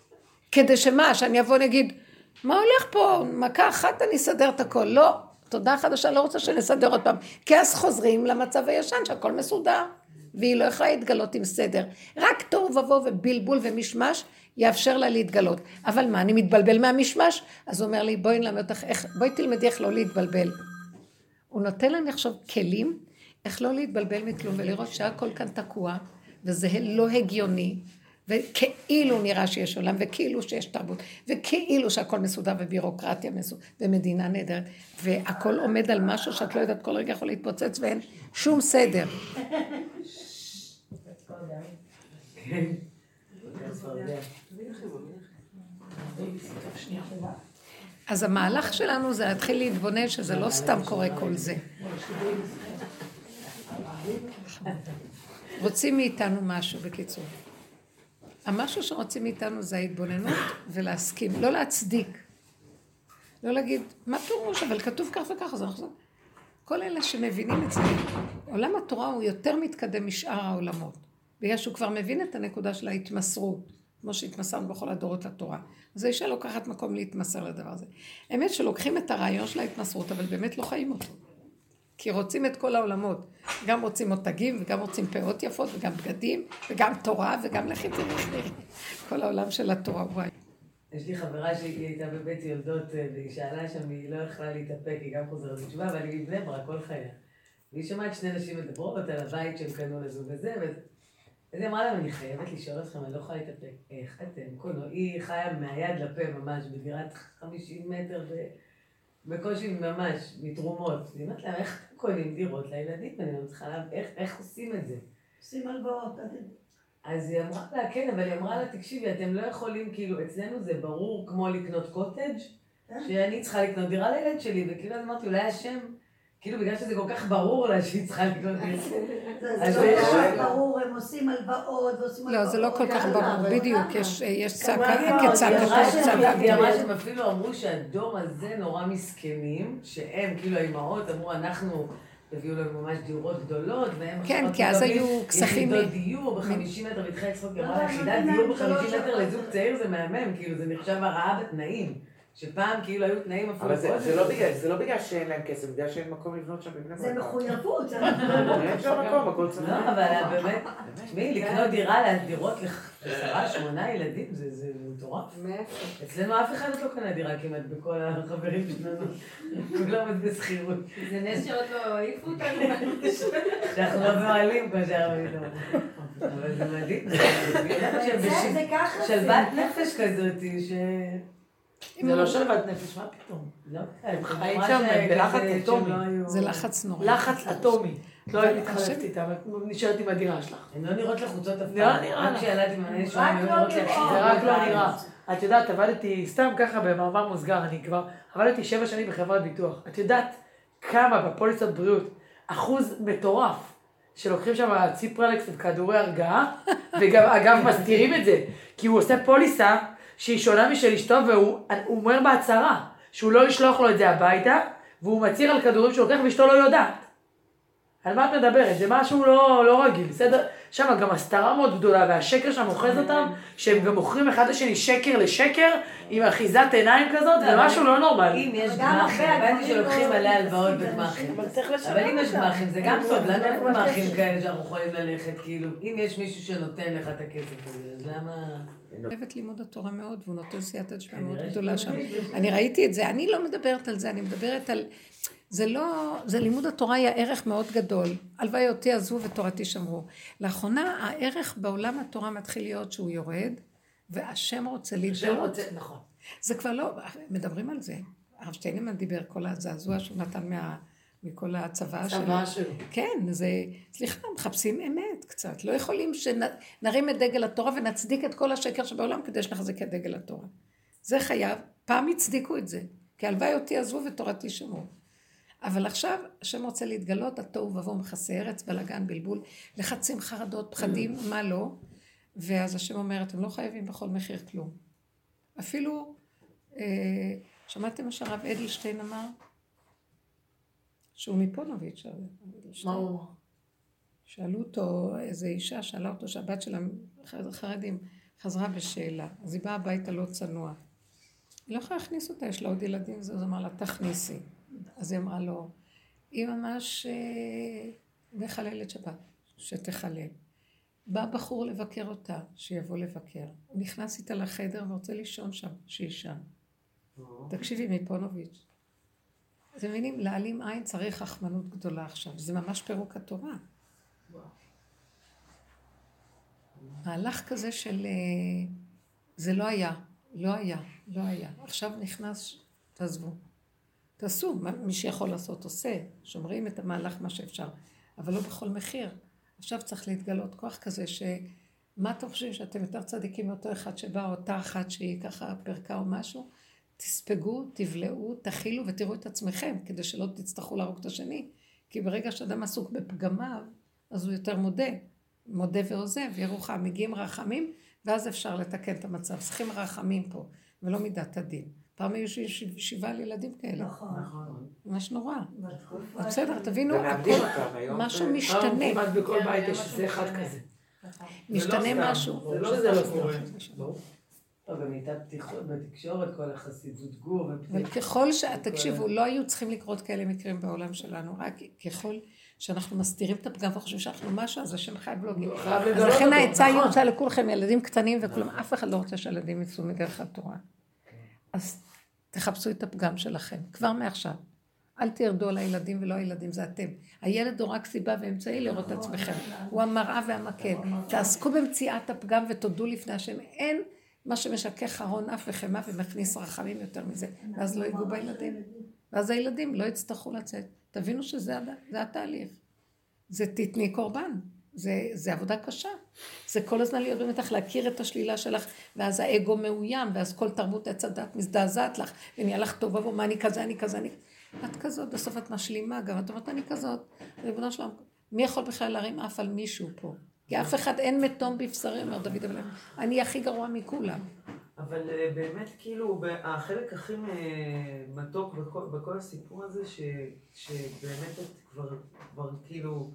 Speaker 2: כדי שמה, שאני אבוא נגיד, מה הולך פה? מכה אחת אני אסדר את הכל. לא, תודה חדשה, לא רוצה שנסדר עוד פעם. כי אז חוזרים למצב הישן שהכל מסודר. והיא לא יכולה להתגלות עם סדר. רק תוהו ובוהו ובלבול ומשמש יאפשר לה להתגלות. אבל מה, אני מתבלבל מהמשמש? אז הוא אומר לי, בואי תלמדי איך לא להתבלבל. הוא נותן לנו עכשיו כלים, איך לא להתבלבל מכלום, ולראות שהכל כאן תקוע, וזה לא הגיוני, וכאילו נראה שיש עולם, וכאילו שיש תרבות, וכאילו שהכל מסודר ובירוקרטיה מסודר, ומדינה נהדרת, והכל עומד על משהו שאת לא יודעת כל רגע יכול להתפוצץ, ואין שום סדר. אז המהלך שלנו זה להתחיל להתבונן שזה לא סתם קורה כל זה. רוצים מאיתנו משהו, בקיצור. המשהו שרוצים מאיתנו זה ההתבוננות ולהסכים, לא להצדיק. לא להגיד, מה פירוש, אבל כתוב כך וכך, אז אנחנו... כל אלה שמבינים את זה, עולם התורה הוא יותר מתקדם משאר העולמות. בגלל שהוא כבר מבין את הנקודה של ההתמסרות, כמו שהתמסרנו בכל הדורות לתורה. אז האישה לוקחת מקום להתמסר לדבר הזה. האמת שלוקחים את הרעיון של ההתמסרות, אבל באמת לא חיים אותו. כי רוצים את כל העולמות. גם רוצים מותגים, וגם רוצים פאות יפות, וגם בגדים, וגם תורה, וגם לכי תראי. כל העולם של התורה, וואי.
Speaker 3: יש לי חברה שהיא הייתה בבית יולדות, והיא שאלה שם, היא לא יכלה להתאפק, היא גם חוזרת בתשובה, אבל היא מבני ברק כל חייה. והיא שמעת שני נשים מדברות על הבית שהם קנו לזוג הזה, אז היא אמרה להם, אני חייבת לשאול אתכם, אני לא יכולה להתאפק. איך אתם קונו? היא חיה מהיד לפה ממש, בדירת 50 מטר, בקושי ממש, מתרומות. היא אומרת להם, איך אתם קונים דירות לילדים? אני לא צריכה להבין, איך עושים את זה?
Speaker 7: עושים הלוואות.
Speaker 3: אז היא אמרה לה, כן, אבל היא אמרה לה, תקשיבי, אתם לא יכולים, כאילו, אצלנו זה ברור כמו לקנות קוטג', שאני צריכה לקנות דירה לילד שלי, וכאילו אני אמרתי, אולי השם, כאילו בגלל שזה כל כך ברור לה שהיא צריכה לקנות דירה.
Speaker 7: זה לא כל כך ברור, הם עושים הלוואות ועושים הלוואות.
Speaker 2: לא, זה לא כל כך ברור, בדיוק, יש צעקה,
Speaker 3: היא אמרה שהם אפילו אמרו שהדור הזה נורא מסכנים, שהם, כאילו האימהות, אמרו, אנחנו... הביאו לנו ממש דירות גדולות, והם
Speaker 2: כן, כי אז היו כספים...
Speaker 3: יחידות דיור ב-50 מטר, והתחילה לצחוק, היא אמרה, יחידת דיור ב-50 מטר לזוג צעיר זה מהמם, כאילו זה נחשב הרעה בתנאים. שפעם כאילו היו תנאים אפילו...
Speaker 8: אבל זה לא בגלל שאין להם כסף, בגלל שאין מקום לבנות שם בבני ברק.
Speaker 7: זה מחויבות,
Speaker 8: אין שם מקום, הכל צריך.
Speaker 3: לא, אבל באמת, תשמעי, לקנות דירות ל10-8 ילדים, זה מטורף. אצלנו אף אחד לא קנה דירה כמעט בכל החברים שלנו. כולם עוד בשכירות.
Speaker 4: זה נס שעוד לא העיפו אותנו.
Speaker 3: שאנחנו לא מעלים כמו שהרבנית אמרה. אבל זה מדהים.
Speaker 7: זה ככה.
Speaker 3: שלוות נפש כזאת ש...
Speaker 1: זה לא שלוות נפש, מה פתאום?
Speaker 3: לא,
Speaker 1: היית שם בלחץ אטומי.
Speaker 2: זה לחץ נורא.
Speaker 1: לחץ אטומי. לא היית מתחלפת איתה, אבל נשארת עם הדירה שלך.
Speaker 3: הן לא נראות לחוצות אף פעם.
Speaker 1: לא נראה
Speaker 3: רק
Speaker 1: לך.
Speaker 3: כשילדתי מלא שום, הן לא נראות לך.
Speaker 1: זה רק לא נראה. את יודעת, עבדתי סתם ככה במעבר מוסגר, אני כבר עבדתי 7 שנים בחברת ביטוח. את יודעת כמה בפוליסות בריאות, אחוז מטורף, שלוקחים שם ציפרלקס וכדורי הרגעה, וגם אגב מסתירים את זה, כי הוא עושה פוליסה שהיא שונה משל אשתו, והוא אומר בהצהרה שהוא לא לשלוח לו את זה הביתה, והוא מצהיר על כדורים שהוא לוקח ואשתו לא יודעת. על מה את מדברת? זה משהו לא רגיל, בסדר? שם גם הסתרה מאוד גדולה, והשקר שם מוכז אותם, שהם גם מוכרים אחד לשני שקר לשקר, עם אחיזת עיניים כזאת, זה משהו לא נורמלי.
Speaker 3: אם יש גמחים, הבנתי שלוקחים עליה הלוואות בגמחים. אבל אם יש גמחים, זה גם טוב, למה אין גמחים כאלה שאנחנו יכולים ללכת, כאילו, אם יש מישהו שנותן לך את הכסף הזה, אז למה...
Speaker 2: אני אוהבת לימוד התורה מאוד, והוא נותן סייעתא דשמיא מאוד גדולה שם. אני ראיתי את זה, אני לא מדברת על זה, אני מדברת על... זה לא... זה לימוד התורה היה ערך מאוד גדול. הלוואי אותי עזבו ותורתי שמרו. לאחרונה, הערך בעולם התורה מתחיל להיות שהוא יורד, והשם רוצה להתגלות.
Speaker 1: נכון.
Speaker 2: זה כבר לא... מדברים על זה. הרב שטיינמן דיבר כל הזעזוע שהוא נתן מכל הצבא שלו. כן, זה... סליחה, מחפשים אמת קצת. לא יכולים שנרים את דגל התורה ונצדיק את כל השקר שבעולם כדי שנחזיק את דגל התורה. זה חייב. פעם הצדיקו את זה. כי הלוואי אותי עזבו ותורתי שמרו. אבל עכשיו השם רוצה להתגלות, התוהו ובוהו מכסה ארץ, בלגן, בלבול, לחצים, חרדות, פחדים, מה לא. ואז השם אומר, אתם לא חייבים בכל מחיר כלום. אפילו, שמעתם מה שהרב אדלשטיין אמר? שהוא מפונוביץ'.
Speaker 1: מה הוא אמר?
Speaker 2: שאלו אותו, איזו אישה שאלה אותו שהבת שלה חרדים, חזרה בשאלה. אז היא באה הביתה לא צנוע. היא לא יכולה להכניס אותה, יש לה עוד ילדים, אז הוא אמר לה, תכניסי. אז היא אמרה לו, היא ממש מחללת שבת, שתחלל. בא בחור לבקר אותה, שיבוא לבקר. הוא נכנס איתה לחדר ורוצה לישון שם, שישן. תקשיבי, מפונוביץ'. אתם מבינים, להעלים עין צריך רחמנות גדולה עכשיו. זה ממש פירוק התורה. מהלך כזה של... זה לא היה, לא היה, לא היה. עכשיו נכנס, תעזבו. תעשו, מי שיכול לעשות עושה. שומרים את המהלך מה שאפשר. אבל לא בכל מחיר. עכשיו צריך להתגלות כוח כזה מה אתם חושבים שאתם יותר צדיקים מאותו אחד שבא, אותה אחת שהיא ככה פרקה או משהו? תספגו, תבלעו, תכילו ותראו את עצמכם, כדי שלא תצטרכו להרוג את השני. כי ברגע שאדם עסוק בפגמיו, אז הוא יותר מודה ועוזב, ירוחם, מגיעים רחמים, ואז אפשר לתקן את המצב. צריכים רחמים פה, ולא מידת הדין. פעם היו 7 ילדים כאלה.
Speaker 7: נכון.
Speaker 2: ממש נורא. בסדר, תבינו, משהו
Speaker 1: משתנה.
Speaker 2: משתנה.
Speaker 1: כמעט בכל בית יש איזה אחד כזה.
Speaker 2: משתנה משהו.
Speaker 1: זה לא שזה לא קורה.
Speaker 3: גם הייתה פתיחות בתקשורת, כל החסידות גור.
Speaker 2: וככל תקשיבו, לא היו צריכים לקרות כאלה מקרים בעולם שלנו, רק ככל שאנחנו מסתירים את הפגם וחושבים שאנחנו משהו, אז השם חייב לא להגיד. אז לכן העצה היא רוצה לכולכם, ילדים קטנים וכולם, אף אחד לא רוצה שילדים יצאו מדרך התורה. אז תחפשו את הפגם שלכם, כבר מעכשיו. אל תרדו על הילדים ולא הילדים, זה אתם. הילד הוא רק סיבה ואמצעי לראות את עצמכם. הוא המראה והמקל. תעסקו במציאת הפגם ותודו לפני השם. אין מה שמשכך ארון אף וחמה ומכניס רחמים יותר מזה. ואז לא ייגעו בילדים. ואז הילדים לא יצטרכו לצאת. תבינו שזה התהליך. זה תתני קורבן. זה עבודה קשה. זה כל הזמן להיות במתח, להכיר את השלילה שלך, ואז האגו מאוים, ואז כל תרבות עץ הדת מזדעזעת לך, ונהיה לך טוב עבור, מה אני כזה, אני כזה, אני... את כזאת, בסוף את משלימה, גם את אומרת, אני כזאת, ריבונו שלום, מי יכול בכלל להרים אף על מישהו פה? כי אף אחד אין מתום בבשרי, אומר דוד המלך, אני הכי גרוע מכולם.
Speaker 8: אבל באמת, כאילו, החלק הכי מתוק בכל הסיפור הזה, שבאמת את כבר כאילו,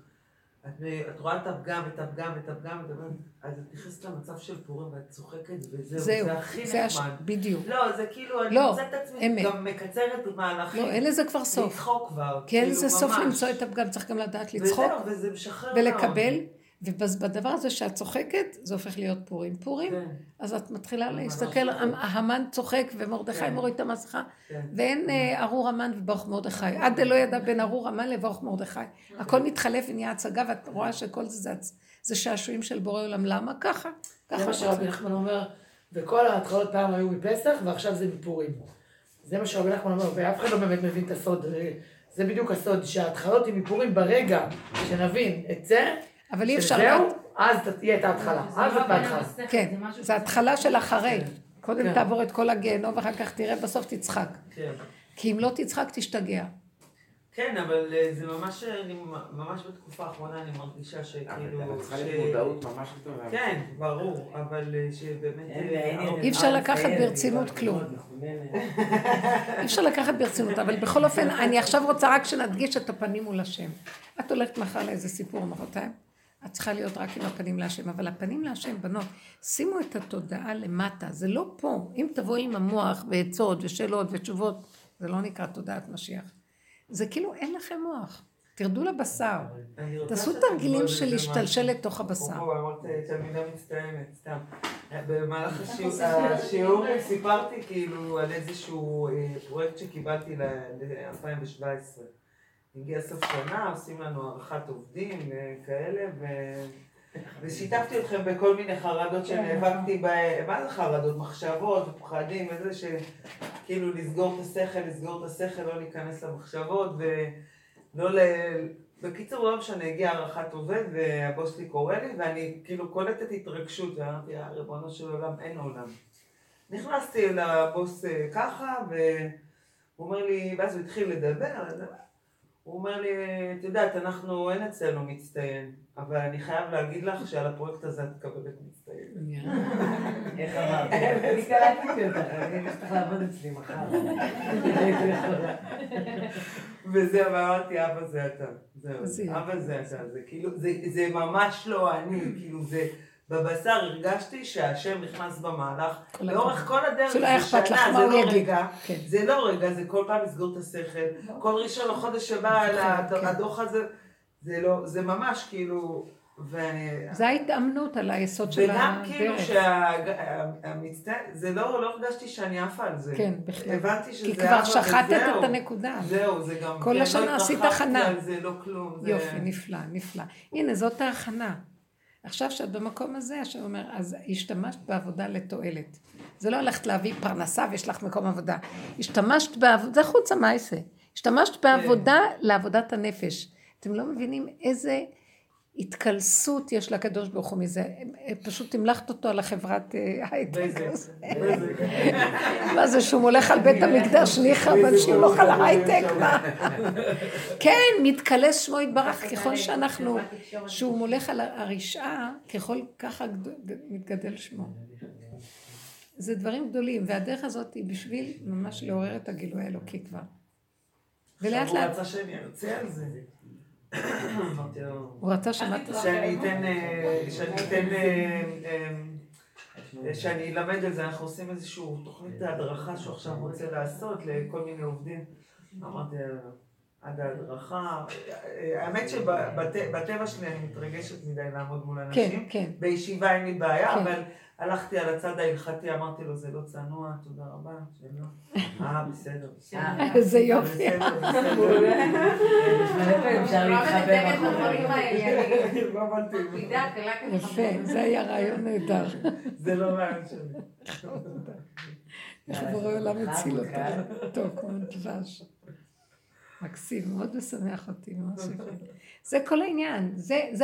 Speaker 8: את רואה את הפגם, אז את נכנסת למצב של פורים ואת צוחקת וזהו, זה הכי נחמד.
Speaker 2: בדיוק.
Speaker 8: לא, זה כאילו, אני מוצאת את עצמי, גם מקצרת מהלכים.
Speaker 2: לא, אין לזה כבר סוף.
Speaker 8: לצחוק כבר.
Speaker 2: כן, זה סוף למצוא את הפגם, צריך גם לדעת לצחוק.
Speaker 8: וזה משחרר
Speaker 2: ולקבל. ובדבר הזה שאת צוחקת, זה הופך להיות פורים. פורים, אז את מתחילה להסתכל, המן צוחק ומרדכי מוריד את המסכה, ואין ארור המן וברוך מרדכי. עד לא ידע בין ארור המן לברוך מרדכי. הכל מתחלף ונהיה הצגה, ואת רואה שכל זה שעשועים של בורא עולם. למה? ככה.
Speaker 1: זה מה שרבי נחמן אומר, וכל ההתחלות פעם היו מפסח, ועכשיו זה מפורים. זה מה שרבי נחמן אומר, ואף אחד לא באמת מבין את הסוד. זה בדיוק הסוד, שההתחלות היא מפורים ברגע שנבין את זה,
Speaker 2: אבל אי אפשר...
Speaker 1: שזהו, אז תהיה את ההתחלה. אז את בהתחלה.
Speaker 2: כן, זה ההתחלה של אחרי. קודם תעבור את כל הגיהנום, ואחר כך תראה, בסוף תצחק. כי אם לא תצחק, תשתגע.
Speaker 8: כן, אבל זה ממש בתקופה האחרונה אני מרגישה שכאילו...
Speaker 9: אבל צריכה להיות מודעות ממש גדולה.
Speaker 8: כן, ברור, אבל שבאמת...
Speaker 2: אי אפשר לקחת ברצינות כלום. אי אפשר לקחת ברצינות, אבל בכל אופן, אני עכשיו רוצה רק שנדגיש את הפנים מול השם. את הולכת מחר לאיזה סיפור, מחרתיים? את צריכה להיות רק עם הפנים להשם, אבל הפנים להשם, בנות, שימו את התודעה למטה, זה לא פה. אם תבואי עם המוח ועצות ושאלות ותשובות, זה לא נקרא תודעת משיח. זה כאילו אין לכם מוח. תרדו לבשר. תעשו תרגילים של להשתלשל לתוך הבשר.
Speaker 8: אמרת שהמילה מצטיינת, סתם. במהלך השיעור סיפרתי כאילו על איזשהו פרויקט שקיבלתי ל-2017. הגיע סוף שנה, עושים לנו הערכת עובדים כאלה, ושיתפתי אתכם בכל מיני חרדות שנאבקתי בהן, מה זה חרדות? מחשבות ופחדים, איזה שכאילו לסגור את השכל, לא להיכנס למחשבות, בקיצור לא משנה, הגיעה הערכת עובד, והבוס לי קורא לי, ואני כאילו קולטת התרגשות, ואמרתי, ריבונו של עולם, אין עולם. נכנסתי לבוס ככה, והוא אומר לי, ואז הוא התחיל לדבר, הוא אומר לי, את יודעת, אנחנו אין אצלנו מצטיין, אבל אני חייב להגיד לך שעל הפרויקט הזה את מקבלת מצטיין.
Speaker 3: איך אמרת? אני קראתי אותך, אני צריך לעבוד אצלי מחר.
Speaker 8: וזהו, ואמרתי, אבא זה אתה. זהו, אבא זה אתה. זה כאילו, זה ממש לא אני, כאילו זה בבשר הרגשתי שהשם נכנס במהלך. לאורך כל הדרך,
Speaker 2: שלא היה אכפת לך מה הוא יגיד.
Speaker 8: זה לא רגע, זה כל פעם לסגור את השכל. כל ראשון לחודש שבא על הדוח הזה, זה ממש כאילו...
Speaker 2: זה ההתאמנות על היסוד של הדרך.
Speaker 8: וגם כאילו זה לא הרגשתי שאני עפה על זה.
Speaker 2: כן, בכלל.
Speaker 8: הבנתי שזה
Speaker 2: כי כבר שחטת את הנקודה.
Speaker 8: זהו, זה גם...
Speaker 2: כל השנה עשית הכנה.
Speaker 8: זה לא כלום.
Speaker 2: יופי, נפלא, נפלא. הנה, זאת ההכנה. עכשיו שאת במקום הזה, השם אומר, אז השתמשת בעבודה לתועלת. זה לא הלכת להביא פרנסה ויש לך מקום עבודה. השתמשת בעבודה, זה חוץ המעשה. השתמשת בעבודה לעבודת הנפש. אתם לא מבינים איזה התקלסות יש לקדוש ברוך הוא מזה. פשוט המלכת אותו על החברת הייטק. מה זה שהוא מולך על בית המקדש ניחא, אבל שימלוך על ההייטק, מה? כן, מתקלס שמו יתברך, ככל שאנחנו, שהוא מולך על הרשעה, ככל ככה מתגדל שמו. זה דברים גדולים, והדרך הזאת היא בשביל ממש לעורר את הגילוי האלוקי כבר.
Speaker 8: ולאט לאט... הוא רצה שאני ארצה על זה.
Speaker 2: הוא רצה
Speaker 8: שאני אלמד על זה, אנחנו עושים איזושהי תוכנית ההדרכה שהוא עכשיו רוצה לעשות לכל מיני עובדים. אמרתי, עד ההדרכה, האמת שבטבע שלי אני מתרגשת מדי לעמוד מול אנשים, בישיבה אין לי בעיה, אבל הלכתי על הצד ההלכתי, אמרתי לו, זה לא צנוע, תודה רבה, שלא. בסדר.
Speaker 2: איזה יופי.
Speaker 3: אפשר להתחבר
Speaker 4: בדברים האלה.
Speaker 2: יפה, זה היה רעיון נהדר.
Speaker 8: זה לא רעיון שלי.
Speaker 2: איך בורא עולם הציל אותה. טוב, כמו דבש. מקסים, מאוד משמח אותי. זה כל העניין.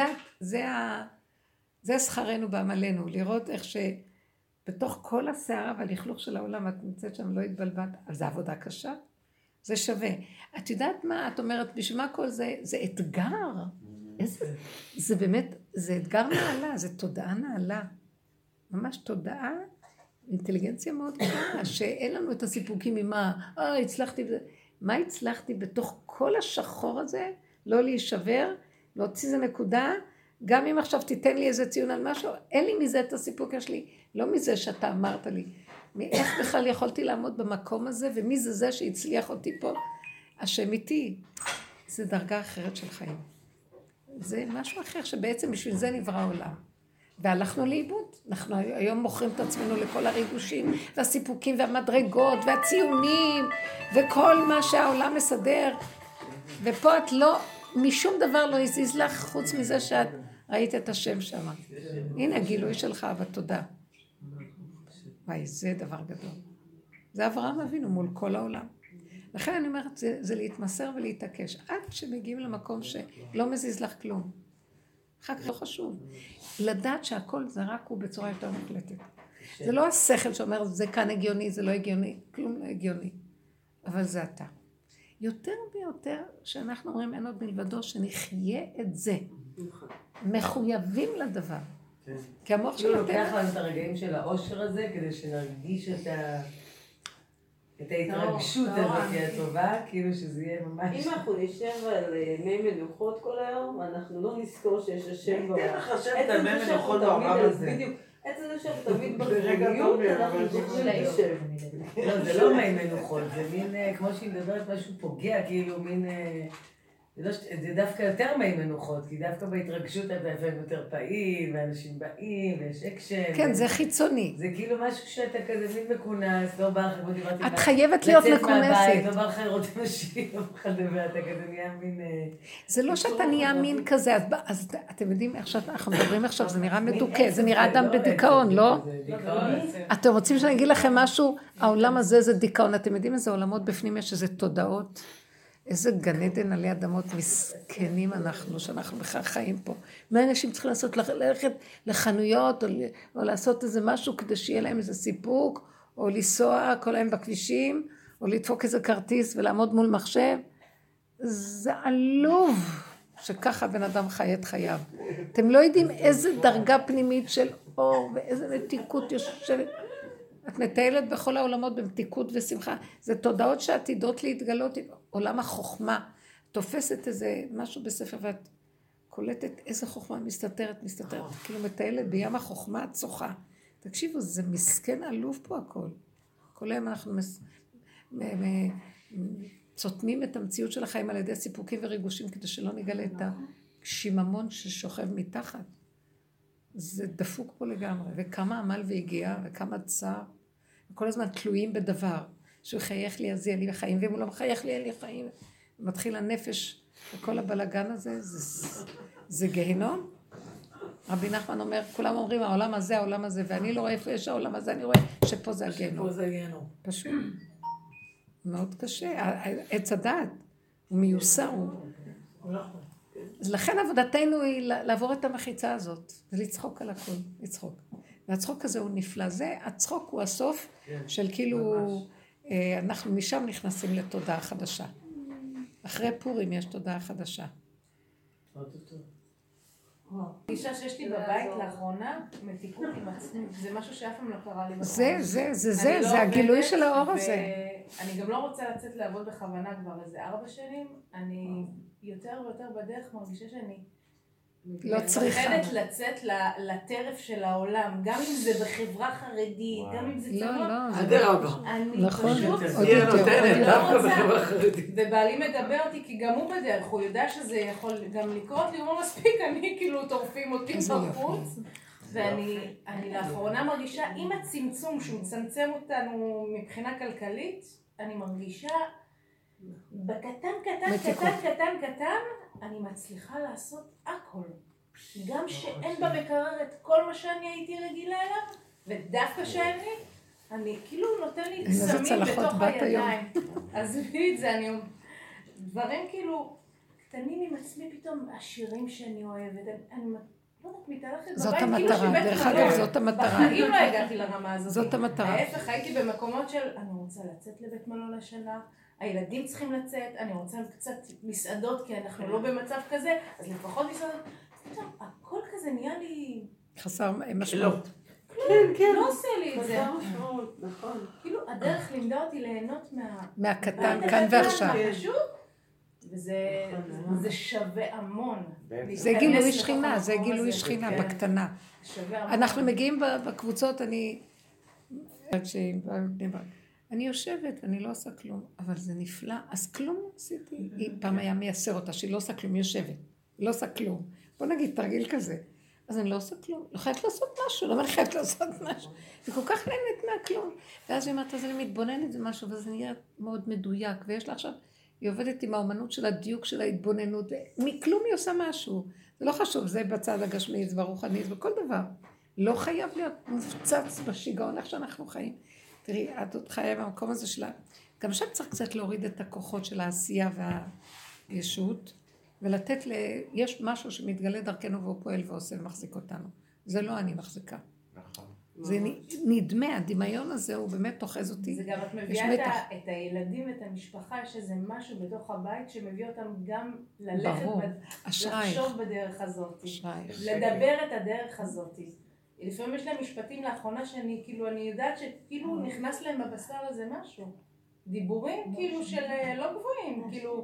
Speaker 2: זה שכרנו בעמלנו, לראות איך שבתוך כל הסערה והלכלוך של העולם, את נמצאת שם, לא התבלבלת, אז זה עבודה קשה, זה שווה. את יודעת מה? את אומרת, בשביל מה כל זה? זה אתגר. זה באמת, זה אתגר נעלה, זה תודעה נעלה. ממש תודעה, אינטליגנציה מאוד קשה, שאין לנו את הסיפוקים ממה, הצלחתי בזה. מה הצלחתי בתוך כל השחור הזה? לא להישבר, להוציא איזה נקודה, גם אם עכשיו תיתן לי איזה ציון על משהו, אין לי מזה את הסיפוק שלי, לא מזה שאתה אמרת לי. מאיך בכלל יכולתי לעמוד במקום הזה, ומי זה שהצליח אותי פה? השם איתי. זה דרגה אחרת של חיים. זה משהו אחר שבעצם בשביל זה נברא עולם. והלכנו לאיבוד. אנחנו היום מוכרים את עצמנו לכל הריגושים, והסיפוקים והמדרגות, והציונים, וכל מה שהעולם מסדר. ופה את לא, משום דבר לא הזיז לך, חוץ מזה שאת ראית את השם שם. הנה הגילוי שלך, בתודה. וואי, זה דבר גדול. זה אברהם אבינו מול כל העולם. לכן אני אומרת, זה להתמסר ולהתעקש. עד שמגיעים למקום שלא מזיז לך כלום. אחר כך לא חשוב. לדעת שהכל זה רק הוא בצורה יותר מוחלטת. זה לא השכל שאומר, זה כאן הגיוני, זה לא הגיוני. כלום לא הגיוני. אבל זה אתה. יותר ויותר שאנחנו אומרים אין עוד מלבדו שנחיה את זה. מחויבים לדבר. כי המוח שלנו...
Speaker 3: לוקח לנו את הרגעים של האושר הזה כדי שנרגיש את ההתרגשות הזאת הטובה, כאילו שזה יהיה ממש...
Speaker 6: אם אנחנו נשב על מי מנוחות כל היום, אנחנו לא נזכור שיש השם בעולם.
Speaker 8: אני אתן לך לשבת על מי מנוחות בעולם הזה.
Speaker 6: בדיוק. עצם זה שאתה תמיד בגבוליות, אנחנו זוכרים להישב.
Speaker 3: לא, זה לא מי מנוחות, זה מין, כמו שהיא מדברת משהו פוגע, כאילו מין... זה דווקא יותר מי מנוחות, כי דווקא בהתרגשות אתה לפעמים יותר פעיל, ואנשים באים, ויש אקשן.
Speaker 2: כן, זה חיצוני.
Speaker 3: זה כאילו משהו שאתה כזה מין מכונס, לא בא לך, כמו דיברתי,
Speaker 2: את חייבת להיות מכונסת.
Speaker 3: לא בא לך לראות אנשים, לא בא לך לדבר, אתה כזה נהיה מין...
Speaker 2: זה לא שאתה נהיה מין כזה, אז אתם יודעים איך שאנחנו מדברים עכשיו, זה נראה מדוכא, זה נראה אדם בדיכאון, לא? אתם רוצים שאני אגיד לכם משהו? העולם הזה זה דיכאון, אתם יודעים איזה עולמות בפנים יש, איזה תודעות? איזה גן עדן עלי אדמות מסכנים אנחנו, שאנחנו בכלל חיים פה. מה אנשים צריכים לעשות? ללכת לחנויות, או לעשות איזה משהו כדי שיהיה להם איזה סיפוק, או לנסוע כל היום בכבישים, או לדפוק איזה כרטיס ולעמוד מול מחשב. זה עלוב שככה בן אדם חי את חייו. אתם לא יודעים איזה דרגה פנימית של אור, ואיזה מתיקות יושבת. את מטיילת בכל העולמות במתיקות ושמחה. זה תודעות שעתידות להתגלות עם עולם החוכמה. תופסת איזה משהו בספר ואת קולטת איזה חוכמה מסתתרת, כאילו מטיילת בים החוכמה הצוחה. תקשיבו, זה מסכן עלוב פה הכל. כל היום אנחנו צוטמים את המציאות של החיים על ידי סיפוקים וריגושים, כדי שלא נגלה את השיממון ששוכב מתחת. זה דפוק פה לגמרי, וכמה עמל והגיע, וכמה צער, וכל הזמן תלויים בדבר, שהוא יחייך לי, אז יהיה לי חיים, ואם הוא לא מחייך לי, אין לי חיים. מתחיל הנפש, וכל הבלגן הזה, זה גהנום. רבי נחמן אומר, כולם אומרים, העולם הזה, ואני לא רואה איפה יש העולם הזה, אני רואה שפה זה הגהנום.
Speaker 1: שפה זה הגהנום.
Speaker 2: פשוט. מאוד קשה. עץ הדעת, הוא מיוסר. אז לכן עבודתנו היא לעבור את המחיצה הזאת, ולצחוק על הכל, לצחוק. והצחוק הזה הוא נפלא. זה, הצחוק הוא הסוף של כאילו, אנחנו משם נכנסים לתודעה חדשה. אחרי פורים יש תודעה חדשה.
Speaker 4: אישה שיש לי בבית לאחרונה, מתיקות עם עצמי, זה משהו שאף פעם לא קרה לי.
Speaker 2: זה הגילוי של האור הזה.
Speaker 4: אני גם לא רוצה לצאת לעבוד בכוונה כבר איזה 4 שנים, אני יותר ויותר בדרך מרגישה שאני
Speaker 2: לא צריכה.
Speaker 4: מפחדת לצאת לטרף של העולם, גם אם זה בחברה חרדית, גם אם זה צרות. אני פשוט לא רוצה. ובעלי מדבר אותי, כי גם הוא בדרך, הוא יודע שזה יכול גם לקרות לי, הוא לא מספיק, אני כאילו טורפים אותי בחוץ. ואני לאחרונה מרגישה, עם הצמצום שהוא מצמצם אותנו מבחינה כלכלית, אני מרגישה בקטן, אני מצליחה לעשות הכל. גם שאין במקרר את כל מה שאני הייתי רגילה אליו, ודווקא שאין לי, אני כאילו נותן לי קסמים בתוך הידיים. אז לי את זה, אני אומר, דברים כאילו קטנים עם עצמי פתאום, השירים שאני אוהבת, אני לא יודעת, מתהלכת
Speaker 2: זאת
Speaker 4: בבית,
Speaker 2: המטרה, דרך אגב, זאת המטרה.
Speaker 4: בחיים לא הגעתי לרמה הזאת.
Speaker 2: זאת המטרה.
Speaker 4: ההפך, הייתי במקומות של, אני רוצה לצאת לבית מלון השנה, הילדים צריכים לצאת, אני רוצה קצת מסעדות, כי אנחנו לא במצב כזה, אז לפחות מסעדות. הכל כזה נהיה לי...
Speaker 2: חסר משמעות.
Speaker 4: כן, לא עושה לי את זה. נכון. כאילו, הדרך לימדה אותי ליהנות
Speaker 2: מהקטן, כאן ועכשיו.
Speaker 4: וזה שווה המון.
Speaker 2: זה גילוי שכינה, זה גילוי שכינה בקטנה. אנחנו מגיעים בקבוצות, אני יושבת ואני לא עושה כלום, אבל זה נפלא, אז כלום עשיתי. היא פעם היה מייסר אותה, שהיא לא עושה כלום, היא יושבת, לא עושה כלום. בוא נגיד, תרגיל כזה. אז אני לא עושה כלום, לא חייבת לעשות משהו, למה אני חייבת לעשות משהו? היא כל כך נהנית מהכלום. ואז היא אומרת, אז אני מתבוננת במשהו, וזה נהיה מאוד מדויק, ויש לה עכשיו, היא עובדת עם האומנות של הדיוק של ההתבוננות, מכלום היא עושה משהו. זה לא חשוב, זה בצד הגשמי, זה ברוחני, זה בכל דבר. לא חייב להיות מופצץ בשיגעון, איך שאנחנו חיים. תראי, את עוד חיה במקום הזה שלה. גם שם צריך קצת להוריד את הכוחות של העשייה והישות, ולתת יש משהו שמתגלה דרכנו והוא פועל ועושה ומחזיק אותנו. זה לא אני מחזיקה.
Speaker 9: נכון.
Speaker 2: זה נדמה, הדמיון הזה הוא באמת תוחז אותי.
Speaker 4: זה גם את מביאה את הילדים, את המשפחה, יש איזה משהו בתוך הבית שמביא אותם גם ללכת, לחשוב בדרך הזאת. לדבר את הדרך הזאת. לפעמים יש להם משפטים לאחרונה שאני, כאילו, אני יודעת שכאילו נכנס להם בבשר הזה משהו. דיבורים כאילו של לא גבוהים, כאילו,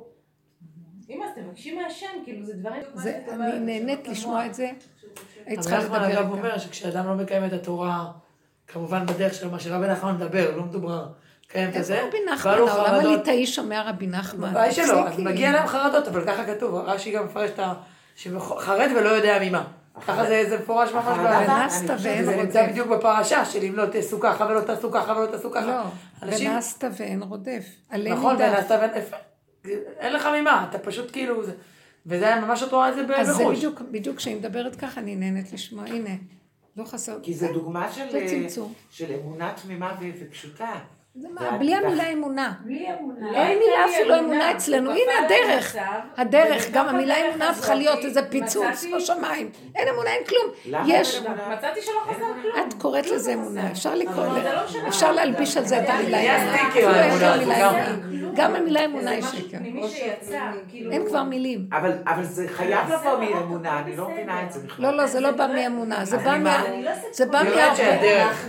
Speaker 4: אם אז תבקשי מהשם, כאילו זה דברים...
Speaker 2: אני נהנית לשמוע את זה, היית צריכה לדבר
Speaker 1: איתה. הרב אומר שכשאדם לא מקיים את התורה, כמובן בדרך של מה שרבי נחמן מדבר, לא מדובר, קיים את זה.
Speaker 2: רבי נחמן, העולם הליטאי שומע רבי נחמן.
Speaker 1: בוודאי שלא, אז מגיע להם חרדות, אבל ככה כתוב, רש"י גם מפרש את שחרד ולא יודע ממה. ככה זה מפורש ממש
Speaker 2: ונסת ואין
Speaker 1: רודף. זה נמצא בדיוק בפרשה של אם לא תעשו ככה ולא תעשו ככה ולא תעשו ככה.
Speaker 2: לא, ונסת ואין רודף.
Speaker 1: נכון, ונסת ואין... אין לך ממה, אתה פשוט כאילו... וזה היה ממש התורה הזה בחוש.
Speaker 2: אז זה בדיוק כשהיא מדברת ככה, אני נהנית לשמוע. הנה, לא חסר...
Speaker 9: כי זה דוגמה של אמונה תמימה ופשוטה.
Speaker 2: זה מה? בלי המילה אמונה.
Speaker 4: בלי אמונה.
Speaker 2: אין מילה אפילו אמונה אצלנו. הנה הדרך. הדרך, גם המילה אמונה הפכה להיות איזה פיצוץ בשמיים. אין אמונה, אין כלום. יש...
Speaker 4: מצאתי שלא חסר כלום.
Speaker 2: את קוראת לזה אמונה. אפשר לקרוא לזה. אפשר להלביש על זה את המילה אמונה. גם המילה אמונה היא שקר.
Speaker 4: זה משהו ממי שיצא, כאילו...
Speaker 2: אין כבר מילים.
Speaker 9: אבל זה חייב לבוא מאמונה, אני לא מבינה את זה בכלל.
Speaker 2: לא, זה לא בא מאמונה, זה בא
Speaker 1: זה מהדרך.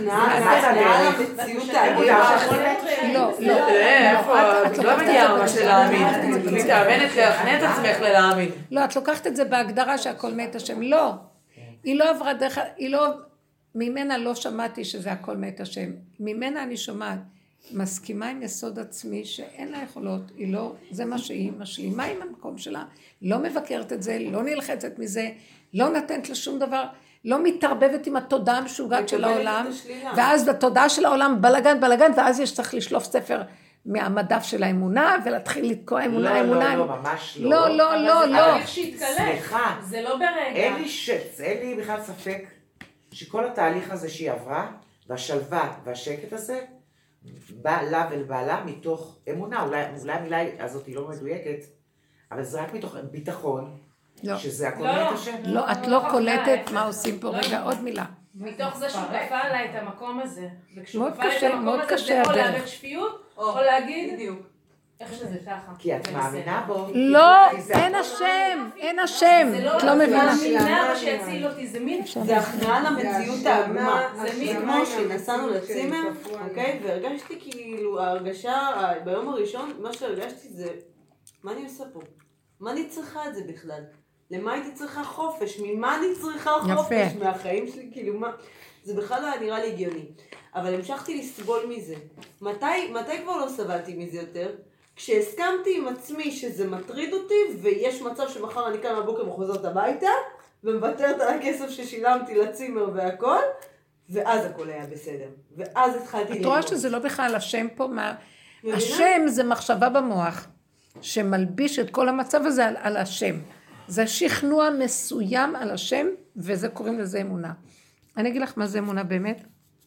Speaker 2: לא.
Speaker 1: את לא מגיעה ממש ללהאמין. את מתאמנת להכנע את עצמך ללהאמין.
Speaker 2: לא, את לוקחת את זה בהגדרה שהכל מת השם. לא. היא לא עברה דרך... ממנה לא שמעתי שזה הכל מת השם. ממנה אני שומעת. מסכימה עם יסוד עצמי שאין לה יכולות, היא לא, זה מה שהיא משלימה עם המקום שלה, לא מבקרת את זה, לא נלחצת מזה, לא נתנת לשום דבר, לא מתערבבת עם התודעה המשוגעת של העולם, ואז התודעה של העולם בלגן, ואז יש צריך לשלוף ספר מהמדף של האמונה, ולהתחיל לתקוע אמונה.
Speaker 9: לא, ממש לא.
Speaker 2: לא.
Speaker 4: אבל איך שהתקלט,
Speaker 9: סליחה.
Speaker 4: זה לא ברגע.
Speaker 9: אין לי בכלל ספק שכל התהליך הזה שהיא עברה, והשלווה והשקט הזה, בא לה ולבעלה מתוך אמונה, אולי המילה הזאת היא לא מדויקת, אבל זה רק מתוך ביטחון, שזה הכל מת השם.
Speaker 2: לא, את לא קולטת מה עושים פה, רגע, עוד מילה.
Speaker 4: מתוך זה שהוא כפה עליי את המקום הזה, וכשהוא
Speaker 2: מאוד
Speaker 4: כפה עליי את המקום הזה, זה או לאבד שפיות, או להגיד, איך שזה ככה.
Speaker 9: כי את מאמינה בו.
Speaker 2: לא, אין השם, את לא מבינה.
Speaker 4: מאמינה שיציל אותי, זה מין...
Speaker 6: זה הכנעה למציאות העגומה. זה מין כמו שנסענו לצימר, אוקיי? והרגשתי כאילו, ההרגשה, ביום הראשון, מה שהרגשתי זה, מה אני עושה פה? מה אני צריכה את זה בכלל? למה הייתי צריכה חופש? ממה אני צריכה חופש? מהחיים שלי, כאילו מה? זה בכלל לא היה נראה לי הגיוני. אבל המשכתי לסבול מזה. מתי כבר לא סבלתי מזה יותר? כשהסכמתי עם עצמי שזה מטריד אותי, ויש מצב שמחר אני קמה בבוקר וחוזרת הביתה, ומוותרת על הכסף ששילמתי לצימר והכל, ואז הכל היה בסדר. ואז התחלתי...
Speaker 2: את רואה שזה לא בכלל השם פה, השם זה מחשבה במוח, שמלביש את כל המצב הזה על השם. זה שכנוע מסוים על השם, וזה קוראים לזה אמונה. אני אגיד לך מה זה אמונה באמת?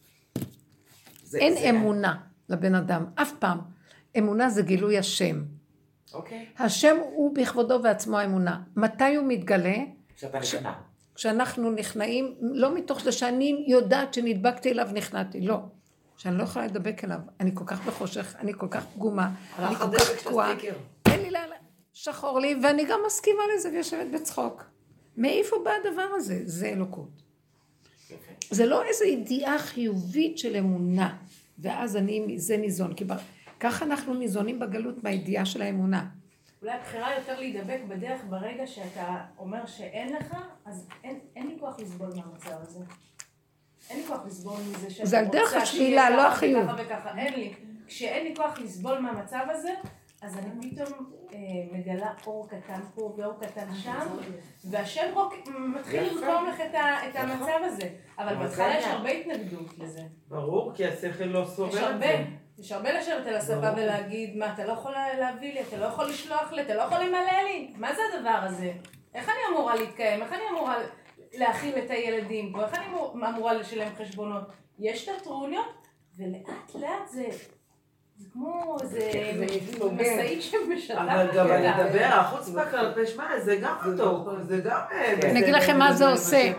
Speaker 2: אין אמונה לבן אדם, אף פעם. אמונה זה גילוי השם.
Speaker 9: אוקיי.
Speaker 2: השם הוא בכבודו ועצמו האמונה. מתי הוא מתגלה?
Speaker 9: כשאתה נכנע.
Speaker 2: כשאנחנו נכנעים, לא מתוך זה שאני יודעת שנדבקתי אליו נכנעתי, לא. שאני לא יכולה לדבק אליו. אני כל כך בחושך, אני כל כך פגומה, אני כל כך תקועה. אין לי לאן, שחור לי, ואני גם מסכימה לזה ויושבת בצחוק. מאיפה בא הדבר הזה? זה אלוקות. זה לא איזו ידיעה חיובית של אמונה, ואז זה ניזון, כי ככה אנחנו ניזונים בגלות מהידיעה של האמונה.
Speaker 4: אולי הבחירה יותר להידבק בדרך ברגע שאתה אומר שאין לך, אז אין לי כוח לסבול מהמצב הזה. אין לי כוח לסבול מזה שאתה
Speaker 2: זה על דרך השלילה, לא החיוב.
Speaker 4: וככה וככה, אין לי. כשאין לי כוח לסבול מהמצב הזה, אז אני פתאום מגלה אור קטן פה ואור קטן שם, והשם מתחיל לרקום לך את המצב הזה. אבל בהתחלה יש הרבה התנגדות לזה.
Speaker 8: ברור, כי השכל לא סובר את זה.
Speaker 4: יש הרבה לשבת על השפה ולהגיד, מה, אתה לא יכול להביא לי, אתה לא יכול לשלוח לי, אתה לא יכול למלא לי? מה זה הדבר הזה? איך אני אמורה להתקיים? איך אני אמורה להכיל את הילדים פה? איך אני אמורה לשלם חשבונות? יש את הטרוניות, ולאט לאט זה כמו איזה מסעית שמשלחת.
Speaker 8: אבל גם לדבר, החוץ בכלפי שמע, זה גם טוב, זה גם...
Speaker 2: אני אגיד לכם מה זה עושה.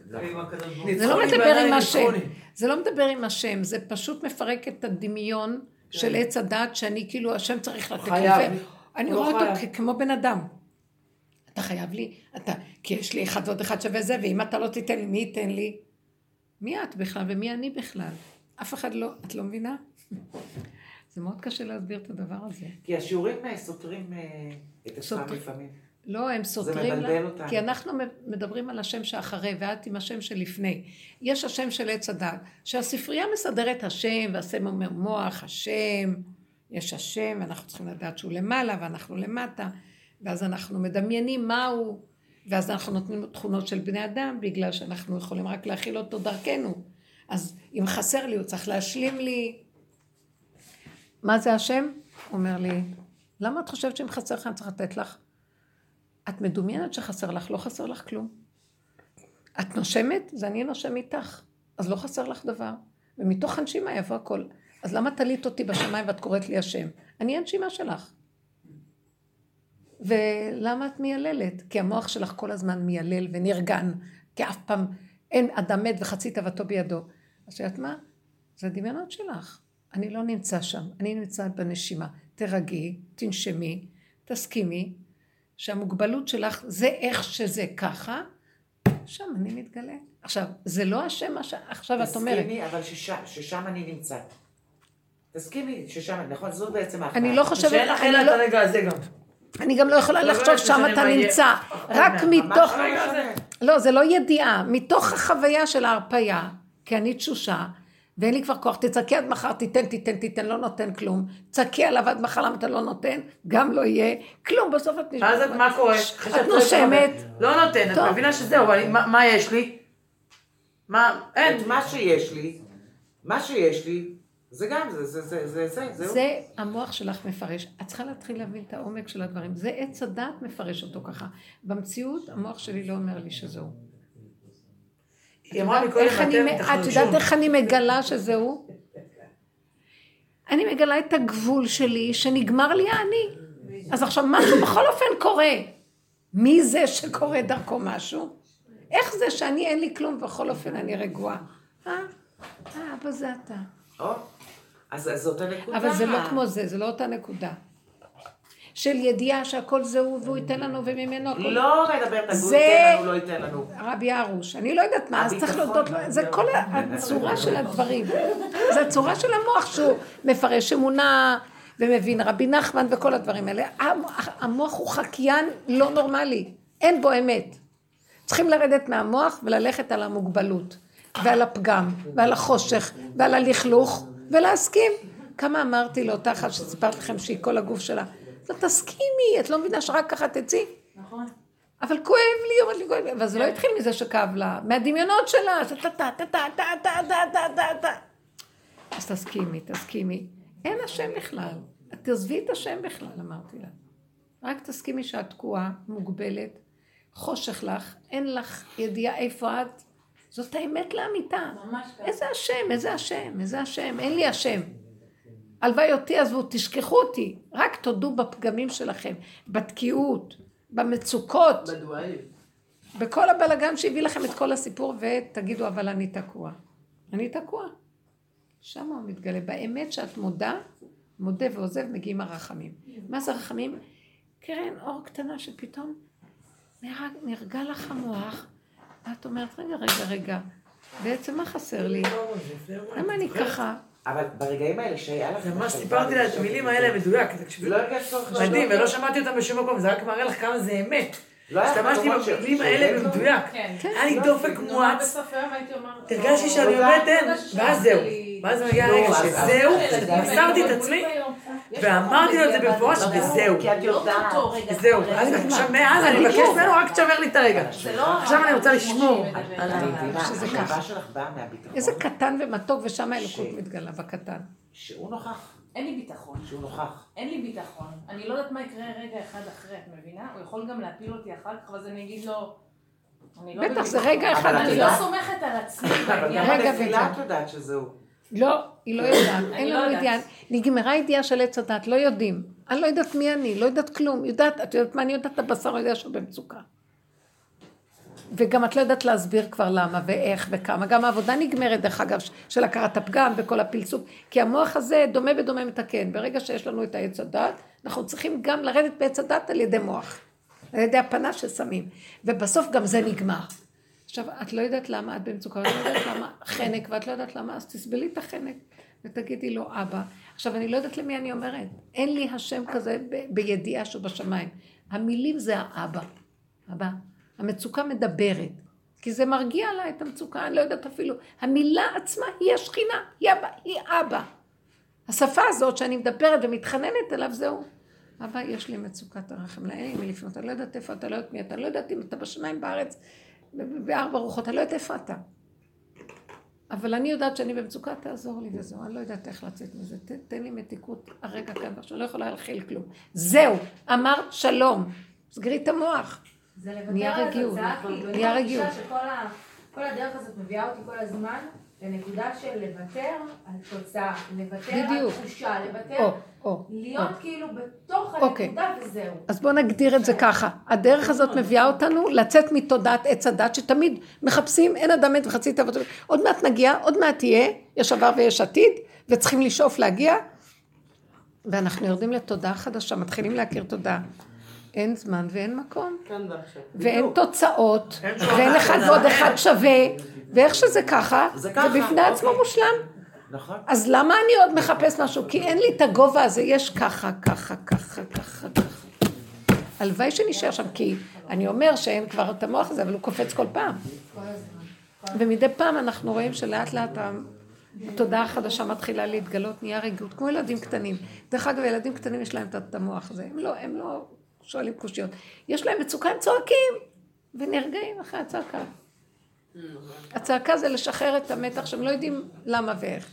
Speaker 2: זה לא מדבר עם השם. זה לא מדבר עם השם, זה פשוט מפרק את הדמיון של עץ הדת, שאני כאילו, השם צריך לתת לי. אני רואה אותו כמו בן אדם. אתה חייב לי, כי יש לי אחד ועוד אחד שווה זה, ואם אתה לא תיתן לי, מי ייתן לי? מי את בכלל ומי אני בכלל? אף אחד לא, את לא מבינה? זה מאוד קשה להסביר את הדבר הזה.
Speaker 9: כי השיעורים סותרים את עצמם לפעמים.
Speaker 2: לא, הם סותרים לה, כי אנחנו מדברים על השם שאחרי, ואת עם השם שלפני. יש השם של עץ הדת, שהספרייה מסדרת השם, והשם אומר מוח, השם, יש השם, ואנחנו צריכים לדעת שהוא למעלה, ואנחנו למטה, ואז אנחנו מדמיינים מהו, ואז אנחנו נותנים תכונות של בני אדם, בגלל שאנחנו יכולים רק להכיל אותו דרכנו. אז אם חסר לי, הוא צריך להשלים לי. מה זה השם? הוא אומר לי, למה את חושבת שאם חסר לך, אני צריך לתת לך? את מדומיינת שחסר לך, לא חסר לך כלום. את נושמת, זה אני נושם איתך, אז לא חסר לך דבר. ומתוך הנשימה יבוא הכל. אז למה תלית אותי בשמיים ואת קוראת לי השם? אני הנשימה שלך. ולמה את מייללת? כי המוח שלך כל הזמן מיילל ונרגן, כי אף פעם אין אדם מת וחצי תוותו בידו. אז שאת מה? זה הדמיונות שלך. אני לא נמצא שם, אני נמצא בנשימה. תרגי, תנשמי, תסכימי, שהמוגבלות שלך זה איך שזה ככה, שם אני מתגלה. עכשיו, זה לא השם מה שעכשיו את אומרת.
Speaker 9: תסכימי, אבל ששם אני נמצא. תסכימי ששם, נכון? זאת בעצם ההחלטה.
Speaker 2: אני לא חושבת...
Speaker 1: שאין לך אלא את הרגע הזה גם.
Speaker 2: אני גם לא יכולה לחשוב שם אתה נמצא. רק מתוך... לא, זה לא ידיעה. מתוך החוויה של ההרפיה, כי אני תשושה, ואין לי כבר כוח, תצעקי עד מחר, תיתן, לא נותן כלום. צעקי עליו עד מחר, למה אתה לא נותן? גם לא יהיה. כלום, בסוף את נשמעת.
Speaker 1: אז מה קורה?
Speaker 2: את נושמת.
Speaker 1: לא נותן, את מבינה שזהו, מה יש לי? אין.
Speaker 9: מה שיש לי, זה גם, זהו.
Speaker 2: זה המוח שלך מפרש. את צריכה להתחיל להבין את העומק של הדברים. זה עץ הדעת מפרש אותו ככה. במציאות, המוח שלי לא אומר לי שזהו. את יודעת איך אני מגלה שזהו? אני מגלה את הגבול שלי שנגמר לי אני. אז עכשיו משהו בכל אופן קורה. מי זה שקורה דרכו משהו? איך זה שאני אין לי כלום בכל אופן אני רגועה? אבל זה אתה.
Speaker 9: אז זאת הנקודה.
Speaker 2: אבל זה לא כמו זה לא אותה נקודה. של ידיעה שהכל זהו והוא ייתן לנו וממנו.
Speaker 9: לא מדבר, הוא ייתן לנו, לא ייתן לנו.
Speaker 2: רבי ארוש, אני לא יודעת מה, אז צריך להודות לו, זה כל הצורה של הדברים. זה הצורה של המוח שהוא מפרש אמונה ומבין רבי נחמן וכל הדברים האלה. המוח הוא חקיין לא נורמלי, אין בו אמת. צריכים לרדת מהמוח וללכת על המוגבלות ועל הפגם ועל החושך ועל הלכלוך ולהסכים. כמה אמרתי לאותה אחת שסיפרת לכם שהיא כל הגוף שלה. לא תסכימי, את לא מבינה שרק ככה תצאי.
Speaker 4: נכון.
Speaker 2: אבל כואב לי, אבל זה לא התחיל מזה שכאב לה, מהדמיונות שלה, אז תסכימי. אין השם בכלל, תעזבי את השם בכלל, אמרתי לה. רק תסכימי שאת תקועה, מוגבלת, חושך לך, אין לך ידיעה איפה את, זאת האמת לאמיתה. איזה השם, אין לי השם. הלוואי אותי, עזבו, תשכחו אותי, רק תודו בפגמים שלכם, בתקיעות, במצוקות, בכל הבלגן שהביא לכם את כל הסיפור, ותגידו, אבל אני תקוע. שם הוא מתגלה, באמת שאת מודה ועוזב, מגיעים הרחמים. מה זה רחמים? קרן אור קטנה שפתאום נרגע לך המוח, ואת אומרת, רגע, בעצם מה חסר לי? למה אני ככה?
Speaker 9: אבל ברגעים האלה שהיה לך...
Speaker 1: זה מה שסיפרתי לה את המילים האלה מדויק, תקשיבי. מדהים, ולא שמעתי אותם בשום מקום, זה רק מראה לך כמה זה אמת. השתמשתי במילים האלה במדויק. היה לי דופק מואץ. הרגשתי שאני עומדת אין, ואז זהו. ואז מגיע הרגע שזהו, שמסרתי את עצמי, ואמרתי לו את זה במפורש, וזהו. זהו. עכשיו מאז אני מבקש ממנו, רק תשמר לי את הרגע. עכשיו אני רוצה לשמור.
Speaker 2: שזה ככה. איזה קטן ומתוק, ושם האלוקות מתגלה בקטן.
Speaker 9: שהוא נוכח.
Speaker 4: אין לי ביטחון.
Speaker 9: שהוא נוכח.
Speaker 4: אין לי ביטחון. אני לא יודעת מה יקרה רגע אחד אחרי, את מבינה? הוא יכול גם להפיל אותי אחר כך, אז אני אגיד לו...
Speaker 2: בטח, זה רגע אחד.
Speaker 4: אני לא סומכת על עצמי.
Speaker 9: אבל גם הנפילה את יודעת שזהו.
Speaker 2: לא, היא לא יודעת. אין לנו ידיעה. נגמרה ידיעה של עץ הדת, לא יודעים. אני לא יודעת מי אני, לא יודעת כלום. את יודעת מה אני יודעת? הבשר יודע שהוא במצוקה. וגם את לא יודעת להסביר כבר למה ואיך וכמה. גם העבודה נגמרת, דרך אגב, של הכרת הפגם וכל הפלסוף. כי המוח הזה דומה ודומה מתקן. ברגע שיש לנו את העץ הדת, אנחנו צריכים גם לרדת בעץ הדת על ידי מוח. על ידי הפנה ששמים. ובסוף גם זה נגמר. עכשיו, את לא יודעת למה את במצוקה, ואת לא יודעת למה חנק, ואת לא יודעת למה, אז תסבלי את החנק, ותגידי לו, אבא. עכשיו, אני לא יודעת למי אני אומרת. אין לי השם כזה בידיעה שהוא בשמיים. המילים זה האבא. אבא. המצוקה מדברת, כי זה מרגיע לה את המצוקה, אני לא יודעת אפילו. המילה עצמה היא השכינה, היא אבא, היא אבא. השפה הזאת שאני מדברת ומתחננת אליו, זהו. אבא, יש לי מצוקת הרחם, אין לי מי לפנות, אני לא יודעת איפה אתה, לא יודעת מי אתה, אני לא יודעת אם אתה בשמיים בארץ, בארבע רוחות, אני לא יודעת איפה אתה. אבל אני יודעת שאני במצוקה, תעזור לי וזהו, אני לא יודעת איך לצאת מזה, תן לי מתיקות הרגע כאן, עכשיו לא יכולה להכיל כלום. זהו, אמר שלום, סגרי את המוח.
Speaker 4: זה לוותר על התוצאה, כי
Speaker 2: נהיה
Speaker 4: אני
Speaker 2: רגיעות.
Speaker 4: חושב שכל הדרך הזאת מביאה אותי כל הזמן לנקודה של לוותר על תוצאה, לוותר על תחושה, לוותר, להיות כאילו בתוך הנקודה וזהו.
Speaker 2: אז בואו נגדיר את זה ככה. הדרך הזאת מביאה אותנו לצאת מתודעת עץ הדת, שתמיד מחפשים, אין אדם מת וחצי תאוות. עוד מעט נגיע, עוד מעט תהיה, יש עבר ויש עתיד, וצריכים לשאוף להגיע. ואנחנו יורדים לתודעה חדשה, מתחילים להכיר תודעה. אין זמן ואין מקום. ואין תוצאות, ואין אחד ועוד אחד שווה, ואיך שזה ככה, זה בפני עצמו מושלם.
Speaker 9: נכון.
Speaker 2: אז למה אני עוד מחפש משהו? כי אין לי את הגובה הזה, יש ככה, ככה, ככה, ככה, ככה. הלוואי שנשאר שם, כי אני אומר שאין כבר את המוח הזה, אבל הוא קופץ כל פעם. ומדי פעם אנחנו רואים שלאט לאט התודעה החדשה מתחילה להתגלות, נהיה רגיעות, כמו ילדים קטנים. דרך אגב, ילדים קטנים יש להם את המוח הזה, הם לא שואלים קושיות. יש להם מצוקה, הם צועקים, ונרגעים אחרי הצעקה. הצעקה זה לשחרר את המתח שהם לא יודעים למה ואיך.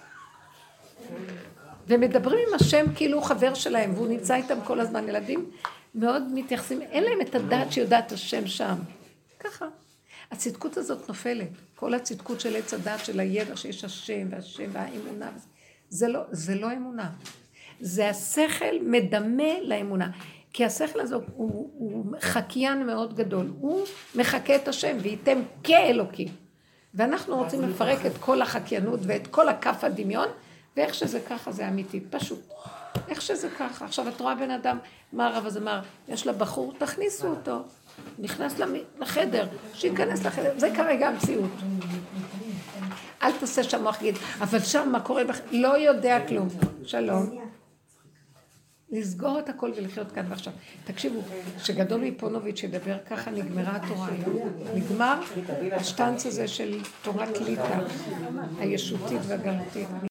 Speaker 2: ומדברים עם השם כאילו הוא חבר שלהם, והוא נמצא איתם כל הזמן. ילדים מאוד מתייחסים, אין להם את הדעת שיודעת השם שם. ככה. הצדקות הזאת נופלת. כל הצדקות של עץ הדעת, של הידע שיש השם והשם והאמונה. זה לא אמונה. זה השכל מדמה לאמונה. כי השכל הזה הוא חקיין מאוד גדול. הוא מחכה את השם וייתם כאלוקים. ואנחנו רוצים לפרק את כל החקיינות ואת כל הכף הדמיון, ואיך שזה ככה זה אמיתי, פשוט. איך שזה ככה. עכשיו את רואה בן אדם, מה הרב הזה אמר, יש לה בחור, תכניסו אותו. נכנס לחדר, שיכנס לחדר. זה כרגע המציאות. אל תעשה שם מוח, גיד, אבל שם מה קורה לא יודע כלום. שלום. לסגור את הכל ולחיות כאן ועכשיו. תקשיבו, שגדול מפונוביץ' ידבר ככה, נגמרה התורה. נגמר השטנץ הזה של תורת ליטא, הישותית והגלותית.